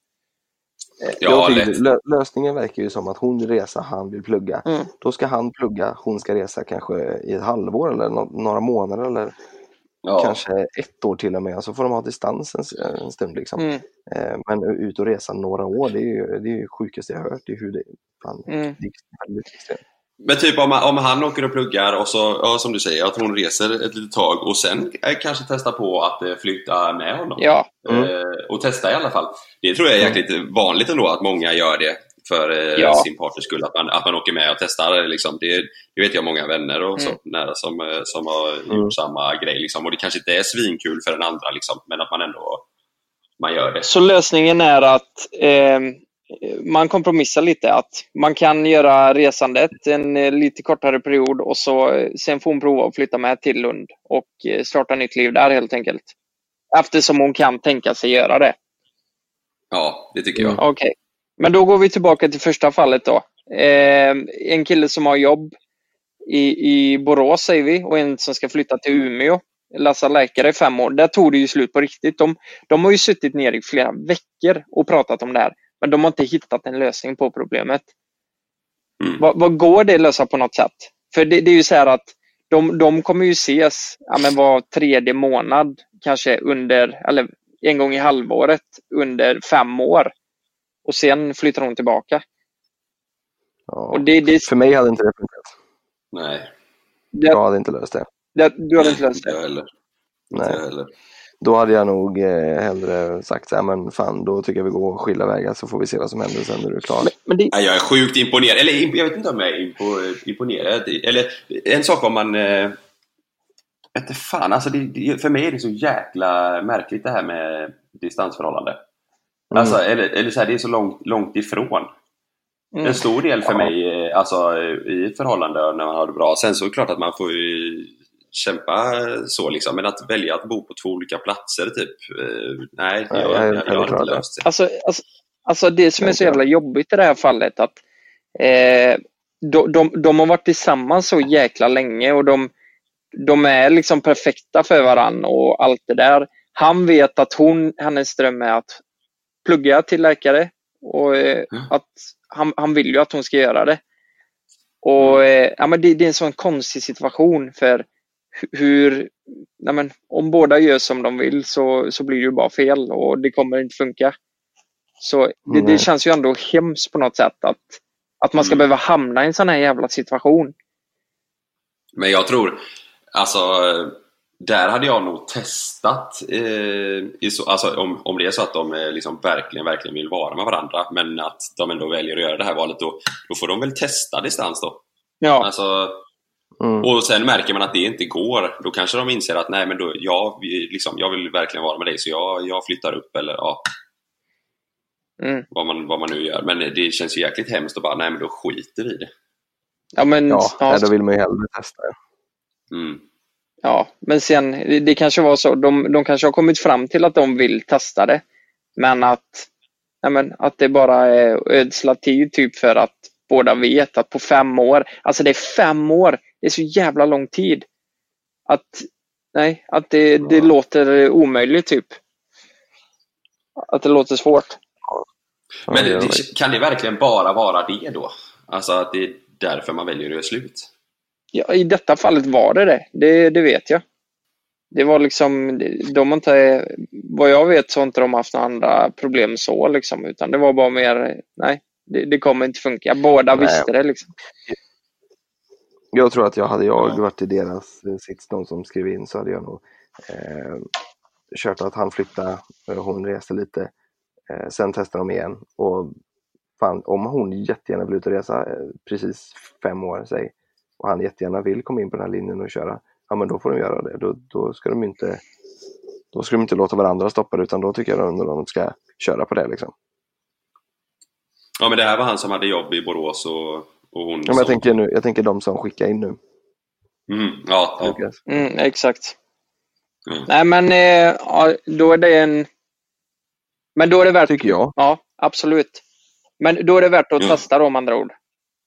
Ja, Jag tycker lätt. lö, lösningen verkar ju som att hon vill resa, han vill plugga. Mm. Då ska han plugga, hon ska resa kanske i ett halvår eller no- några månader eller Ja. kanske ett år till och med. Så får de ha distans en, en stund liksom. Mm. Eh, men ut och resa några år, det är ju det är ju sjukaste jag har hört. Det är hur det, fan, Mm. det är väldigt extremt. Men typ om, om han åker och pluggar och så, ja, som du säger, att hon reser ett litet tag och sen eh, kanske testa på att eh, flytta med honom. Ja. Mm. Eh, och testa i alla fall. Det tror jag är jäkligt vanligt ändå att många gör det för eh, Ja. sin partners skull. Att man, att man åker med och testar. Liksom. Det, det vet jag många vänner och så Mm. nära som, eh, som har Mm. gjort samma grej. Liksom. Och det kanske inte är svinkul för den andra, liksom, men att man ändå man gör det. Så lösningen är att eh, man kompromissar lite, att man kan göra resandet en eh, lite kortare period och så eh, sen får hon prova att flytta med till Lund och eh, starta nytt liv där helt enkelt. Eftersom hon kan tänka sig göra det. Ja, det tycker jag. Mm. Okej. Men då går vi tillbaka till första fallet då. Eh, en kille som har jobb i, i Borås säger vi, och en som ska flytta till Umeå, läsa läkare i fem år. Där tog det ju slut på riktigt. De, de har ju suttit ner i flera veckor och pratat om det här. Men de har inte hittat en lösning på problemet. Mm. Vad, vad går det att lösa på något sätt? För det, det är ju så här att de, de kommer ju ses ja, men var tredje månad, kanske under, eller en gång i halvåret under fem år. Och sen flyttar hon tillbaka. Ja. Och det, det, För mig hade inte det funkat. Nej, Jag det, hade inte löst det. det, du hade inte löst inte det. jag heller. Nej. Inte jag heller. Då hade jag nog eh, hellre sagt så här, men fan, då tycker jag vi går skilda vägar så får vi se vad som händer sen när du är klar. Men, men det, Nej, jag är sjukt imponerad. Eller imp- jag vet inte om jag är impo, imponerad. Eller en sak om man... Eh, vet inte fan, alltså det, det, för mig är det så jäkla märkligt det här med distansförhållande. Mm. Alltså, eller, eller så här, det är så långt, långt ifrån. mm, En stor del för Ja. mig, eh, alltså i ett förhållande när man har det bra. Sen så är det klart att man får ju kämpa så liksom. Men att välja att bo på två olika platser typ, eh, nej, jag, jag, jag, jag, jag har inte löst det. Alltså, alltså, alltså det som är så jävla jobbigt i det här fallet, att eh, de, de, de har varit tillsammans så jäkla länge och de, de är liksom perfekta för varann och allt det där. Han vet att hon, hennes dröm är att plugga till läkare och eh, mm. att han, han vill ju att hon ska göra det. Och eh, ja, men det, det är en sån konstig situation, för hur, nej men, om båda gör som de vill så, så blir det ju bara fel och det kommer inte funka. Så det, det känns ju ändå hemskt på något sätt att, att man ska mm. behöva hamna i en sån här jävla situation. Men jag tror, alltså där hade jag nog testat eh, i så, alltså, om, om det är så att de eh, liksom verkligen, verkligen vill vara med varandra, men att de ändå väljer att göra det här valet, då, då får de väl testa distans då. Ja. Alltså, mm. Och sen märker man att det inte går, då kanske de inser att nej, men då, jag, liksom, jag vill verkligen vara med dig, så jag, jag flyttar upp, eller ja, mm. vad, man, vad man nu gör. Men det känns ju jäkligt hemskt att bara, nej men då skiter vi i det. Ja, men ja, ja, då vill man ju hellre testa. Mm. Ja, men sen, det, det kanske var så, de, de kanske har kommit fram till att de vill testa det, men att, nej men, att det bara är ödsla tid typ, för att båda vet att på fem år, alltså det är fem år, det är så jävla lång tid, att, nej, att det, det ja. låter omöjligt typ, att det låter svårt. Men det, det, kan det verkligen bara vara det då? Alltså att det är därför man väljer att göra slut? Ja, i detta fallet var det det. Det, det vet jag. Det var liksom, de inte, vad jag vet så har inte de haft några andra problem så liksom, utan det var bara mer, nej, det, det kommer inte funka. Båda nej. visste det liksom. Jag tror att jag hade jag varit i deras sits, de som skrev in, så hade jag nog eh, kört att han flyttade, hon reste lite, eh, sen testade de igen, och fan, om hon jättegärna vill ut och resa eh, precis fem år, säg, och han jättegärna vill komma in på den här linjen och köra, ja men då får de göra det. Då, då ska de inte då ska de inte låta varandra stoppa det, utan då tycker jag att de ska köra på det liksom. Ja, men det här var han som hade jobb i Borås och, och hon ja, men som... jag, tänker nu, jag tänker de som skickar in nu. Mm, ja, ja. Mm, exakt. Mm. Nej, men eh, ja, då är det en... Men då är det värt... Tycker jag. Ja, absolut. Men då är det värt att mm. testa då, om andra ord.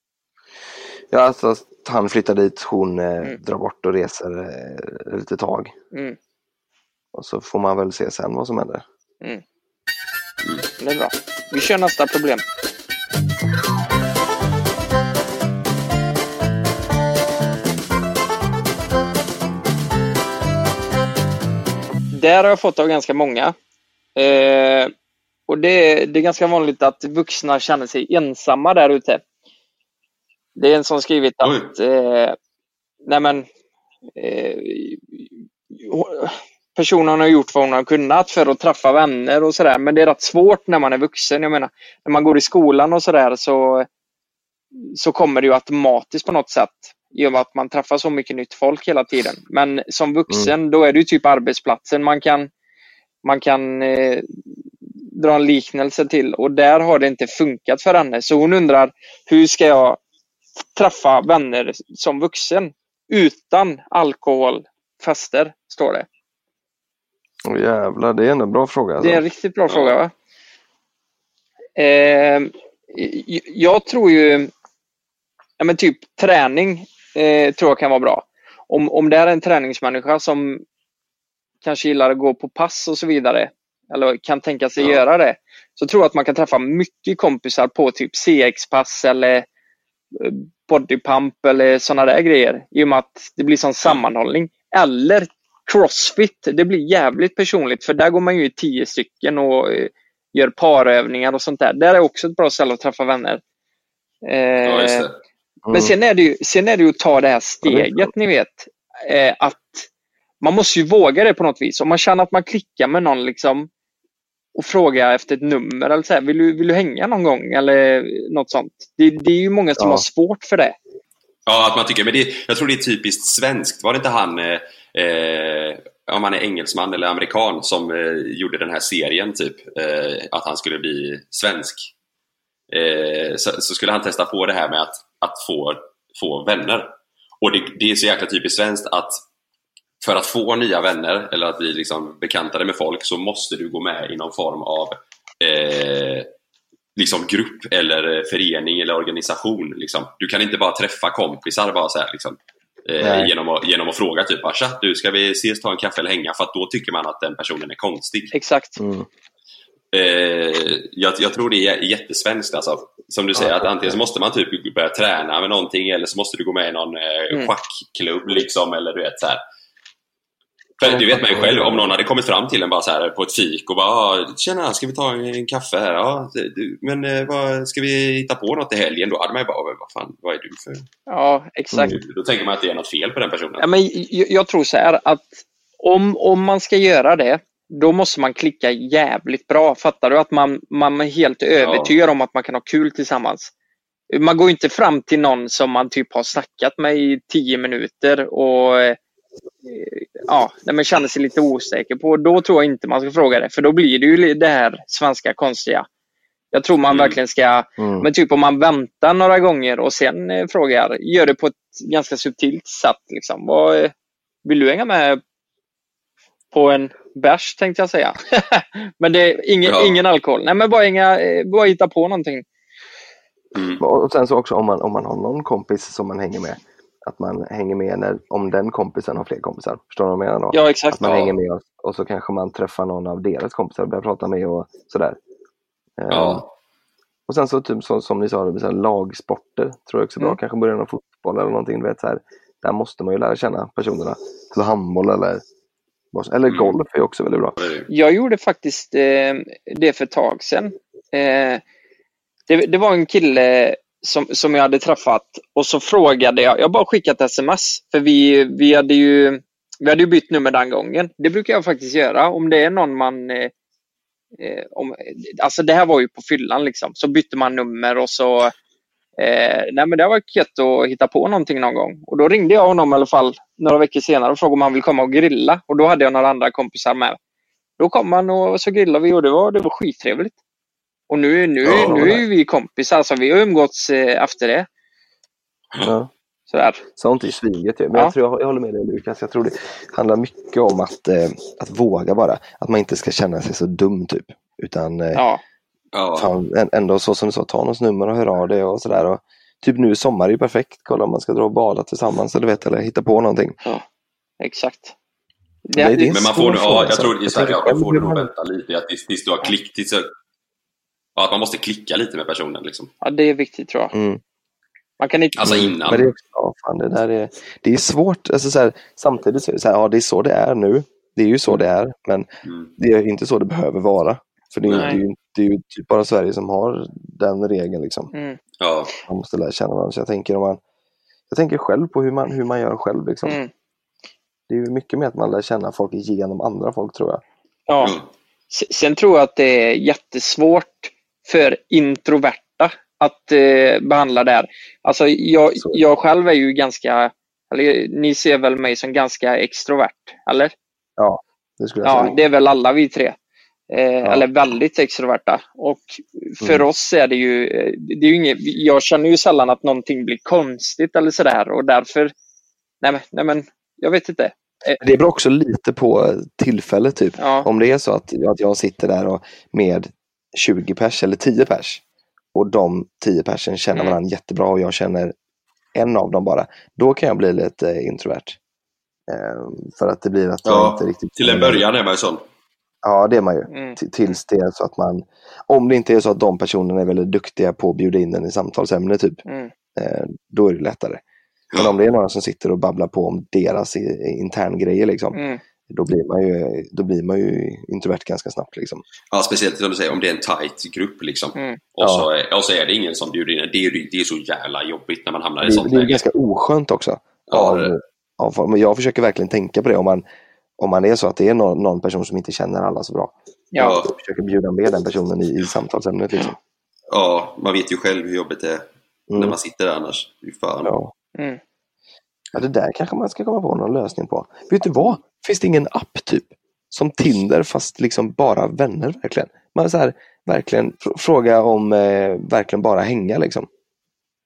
Ja, alltså han flyttar dit, hon eh, mm. drar bort och reser eh, lite tag. Mm. Och så får man väl se sen vad som händer. Mm. Mm. Det är bra. Vi kör nästa problem. Där har jag fått av ganska många. Eh, och det, det är ganska vanligt att vuxna känner sig ensamma där ute. Det är en som skrivit att eh, nej men, eh, personen har gjort vad hon har kunnat för att träffa vänner och sådär, men det är rätt svårt när man är vuxen. Jag menar, när man går i skolan och sådär, så, så kommer det ju automatiskt på något sätt, i och med att man träffar så mycket nytt folk hela tiden. Men som vuxen, mm. då är det ju typ arbetsplatsen man kan, man kan eh, dra en liknelse till, och där har det inte funkat för henne. Så hon undrar, hur ska jag träffa vänner som vuxen utan alkoholfester, står det. Åh jävlar, det är en bra fråga. Alltså. Det är en riktigt bra ja. fråga, va? Eh, jag tror ju, ja men typ träning eh, tror jag kan vara bra. Om, om det är en träningsmänniska som kanske gillar att gå på pass och så vidare, eller kan tänka sig ja. göra det, så tror jag att man kan träffa mycket kompisar på typ C X-pass eller bodypump eller sådana där grejer, i och med att det blir sån sammanhållning. Eller crossfit, det blir jävligt personligt, för där går man ju i tio stycken och gör parövningar och sånt där. Där är också ett bra ställe att träffa vänner. Eh, ja, just det. Mm. Men sen är det ju, sen är det ju att ta det här steget, ni vet, eh, att man måste ju våga det på något vis. Om man känner att man klickar med någon liksom, och fråga efter ett nummer eller så här, vill du, vill du hänga någon gång eller något sånt. Det, det är ju många som ja. har svårt för det. Ja, att man tycker, men det, jag tror det är typiskt svenskt. Var det inte han, eh, om han är engelsman eller amerikan, som eh, gjorde den här serien typ, eh, att han skulle bli svensk. Eh, så, så skulle han testa på det här med att, att få, få vänner. Och det, det är så jäkla typiskt svenskt att för att få nya vänner eller att bli liksom bekantade med folk, så måste du gå med i någon form av eh, liksom grupp eller förening eller organisation. Liksom. Du kan inte bara träffa kompisar bara så här, liksom, eh, genom, att, genom att fråga typ tja, du, ska vi ses, ta en kaffe eller hänga? För att då tycker man att den personen är konstig. Exakt. Mm. Eh, jag, jag tror det är jättesvenskt alltså. Som du säger, ja, att antingen så måste man typ börja träna med någonting, eller så måste du gå med i någon eh, mm. schackklubb liksom, eller du vet så här. För du vet mig själv, om någon hade kommit fram till en bara så här på ett fik och bara, tjena, ska vi ta en kaffe här? Ja, du, men eh, vad, ska vi hitta på något i helgen? Då hade man ju bara, vad fan, vad är du för? Ja, exakt. Mm, då tänker man att det är något fel på den personen. Ja, men jag, jag tror så här att om, om man ska göra det, då måste man klicka jävligt bra. Fattar du? Att man, man är helt övertygad ja. om att man kan ha kul tillsammans. Man går inte fram till någon som man typ har snackat med i tio minuter och ja, när man känner sig lite osäker på. Då tror jag inte man ska fråga det. För då blir det ju det här svenska konstiga. Jag tror man mm. verkligen ska, mm. men typ om man väntar några gånger och sen eh, frågar, gör det på ett ganska subtilt sätt liksom. Vad, vill du hänga med på en bärs, tänkte jag säga. Men det är ingen, ja. ingen alkohol. Nej, men bara, inga, bara hitta på någonting. Mm. Och sen så också om man, om man har någon kompis som man hänger med, att man hänger med när, om den kompisen har fler kompisar. Förstår du vad jag menar då? Ja, exakt. Att man ja. hänger med och, och så kanske man träffar någon av deras kompisar och börjar prata med och sådär. Ja. Um, och sen så typ så, som ni sa, det så här, lagsporter tror jag också är bra. Mm. Kanske börja med fotboll eller någonting. Du vet, så här, där måste man ju lära känna personerna. Eller handboll eller, eller mm. golf är också väldigt bra. Jag gjorde faktiskt eh, det för ett tag sedan. Eh, det, det var en kille som, som jag hade träffat och så frågade jag, jag bara skickat sms för vi, vi hade ju vi hade ju bytt nummer den gången. Det brukar jag faktiskt göra om det är någon man eh, om, alltså det här var ju på fyllan liksom, så bytte man nummer och så eh, nej men det var gött att hitta på någonting någon gång och då ringde jag honom i alla fall några veckor senare och frågade om han ville komma och grilla och då hade jag några andra kompisar med. Då kom han och så grillade vi och det var, det var skittrevligt. Och nu, nu, ja, nu är vi kompisar, alltså vi har umgåtts eh, efter det. Ja. Sådär. Sånt är sviget ju. Men ja. jag, tror, jag, jag håller med dig Lukas. Jag tror det handlar mycket om att, eh, att våga bara. Att man inte ska känna sig så dum typ. Utan eh, ja. fan, ändå så som du sa, ta någons nummer och hör av det och sådär. Och, typ nu i sommar är ju perfekt. Kolla om man ska dra och bada tillsammans eller, vet, eller hitta på någonting. Ja, exakt. Det, det, det men man får nu, ja, jag tror i Sverige att man får nog vänta lite. Att tills, tills du har klick, tills, ja, att man måste klicka lite med personen liksom. Ja, det är viktigt tror jag. Mm. Man kan inte... Alltså innan. Men det är också, ja, fan, det där är, det är svårt. Alltså, så här, samtidigt så är det så här, ja, det är så det är nu. Det är ju så det är. Men mm. det är inte så det behöver vara. För det är, det är, ju, det är ju typ bara Sverige som har den regeln liksom. Mm. Ja. Man måste lära känna varandra. Så jag tänker, om man, jag tänker själv på hur man, hur man gör själv liksom. Mm. Det är ju mycket med att man lär känna folk genom andra folk tror jag. Ja. Mm. Sen tror jag att det är jättesvårt för introverta att eh, behandla det här. Alltså jag, jag själv är ju ganska, eller ni ser väl mig som ganska extrovert, eller? Ja, det skulle jag ja, säga. Det är väl alla vi tre. Eh, ja. Eller väldigt extroverta. Och för mm. oss är det ju, det är ju inget, jag känner ju sällan att någonting blir konstigt eller sådär. Och därför, nej men, nej men jag vet inte. Det beror också lite på tillfället typ. Ja. Om det är så att, att jag sitter där och med tjugo pers eller tio pers och de tio persen känner mm. varandra jättebra och jag känner en av dem bara, då kan jag bli lite introvert. Ehm, för att det blir att jag ja, inte riktigt... Till en början är man ju sån. Ja, det är man ju. Mm. T- tills det är så att man, om det inte är så att de personerna är väldigt duktiga på att bjuda in en i samtalsämne typ, mm. eh, då är det lättare. Men om det är några som sitter och babblar på om deras intern grejer liksom, mm. då blir man ju då blir man ju introvert ganska snabbt liksom. Ja, speciellt som du säger, om det är en tight grupp liksom. Mm. Och, ja. så är, och så är det ingen som bjuder in. Det är, det är så jävla jobbigt när man hamnar i det, sånt det är läge. ganska oskönt också. Ja, av, av, men jag försöker verkligen tänka på det om man, om man är så att det är någon, någon person som inte känner alla så bra. Ja. Jag försöker bjuda med den personen i, i samtalsämnet liksom. Ja, man vet ju själv hur jobbigt det är mm. när man sitter där annars. Hur fan. Ja. Mm. Ja, det där kanske man ska komma på någon lösning på. Vet du vad? Finns det ingen app typ? Som Tinder fast liksom bara vänner verkligen. Man så här, verkligen fr- fråga om eh, verkligen bara hänga liksom.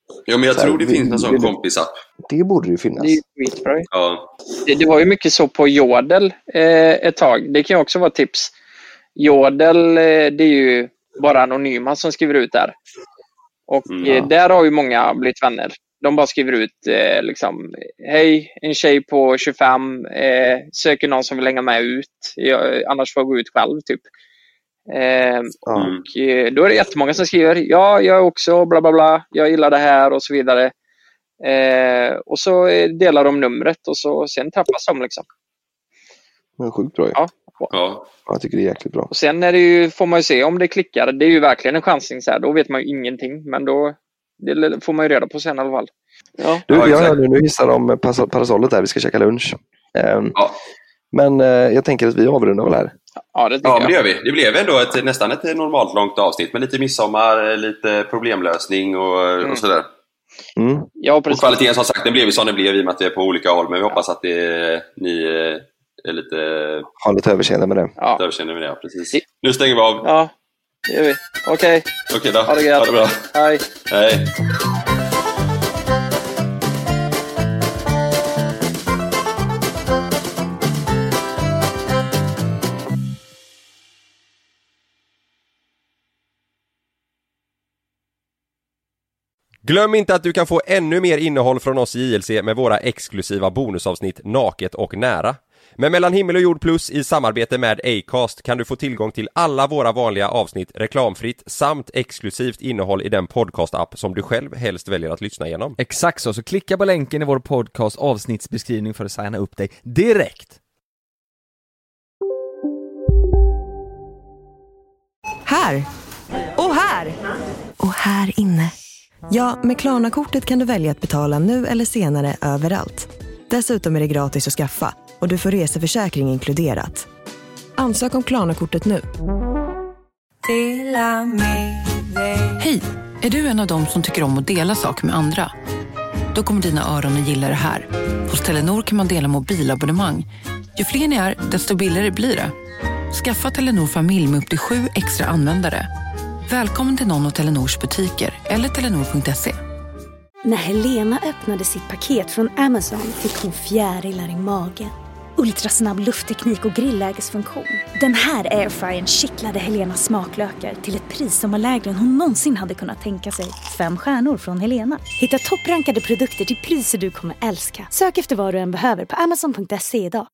Ja, men jag Så tror här, det vill- finns en sån vill du- kompisapp. Det borde ju finnas. Det är ju skitbra. Ja. Det, det var ju mycket så på Jodel eh, ett tag. Det kan ju också vara tips. Jodel, eh, det är ju bara anonyma som skriver ut där. Och Mm, eh, ja. där har ju många blivit vänner. De bara skriver ut eh, liksom, hej, en tjej på tjugofem, eh, söker någon som vill hänga med ut. Jag, annars får jag gå ut själv typ. Eh, och eh, då är det jättemånga som skriver, ja, jag också, bla bla bla, jag gillar det här och så vidare. Eh, och så eh, delar de numret och så sen träffas de liksom. Men sjukt bra ju. Ja. Ja. Jag tycker det är jäkligt bra. Och sen är det ju, får man ju se om det klickar. Det är ju verkligen en chansning så här. Då vet man ju ingenting. Men då det får man ju reda på sen i alla fall. Ja. Du, Ja, jag exakt. hör nu, nu hissar de paras- parasollet där. Vi ska käka lunch. Ehm, Ja. Men eh, jag tänker att vi avrundar väl här. Ja, det tycker Ja, men det jag. gör vi. Det blev ändå ett, nästan ett normalt långt avsnitt med lite midsommar, lite problemlösning och, Mm. och sådär. Mm. Ja, Och precis. kvaliteten som sagt, den blev ju som den blev i och med att det är på olika håll. Men vi hoppas att det, ni eh, är lite Ha lite överseende med det. Ja, överseende med det. Ja, precis. Nu stänger vi av. ja det gör vi. Okej, Okej då. ha det gött. Ha det bra. Hej. Hej. Glöm inte att du kan få ännu mer innehåll från oss i J L C med våra exklusiva bonusavsnitt Naket och nära. Men Mellan himmel och jord plus i samarbete med Acast kan du få tillgång till alla våra vanliga avsnitt reklamfritt samt exklusivt innehåll i den podcast-app som du själv helst väljer att lyssna igenom. Exakt så, så klicka på länken i vår podcast avsnittsbeskrivning för att signa upp dig direkt. Här! Och här! Och här inne. Ja, med Klarna-kortet kan du välja att betala nu eller senare överallt. Dessutom är det gratis att skaffa och du får reseförsäkring inkluderat. Ansök om Klarna-kortet nu. Hej, är du en av dem som tycker om att dela saker med andra? Då kommer dina öron att gilla det här. Hos Telenor kan man dela mobilabonnemang. Ju fler ni är, desto billigare blir det. Skaffa Telenor familj med upp till sju extra användare. Välkommen till någon av Telenors butiker eller telenor punkt se. När Helena öppnade sitt paket från Amazon fick hon fjärilar i magen. Ultrasnabb luftteknik och grillägesfunktion. Den här airfryern kittlade Helenas smaklökar till ett pris som var lägre än hon någonsin hade kunnat tänka sig. Fem stjärnor från Helena. Hitta topprankade produkter till priser du kommer älska. Sök efter vad du än behöver på amazon punkt se idag.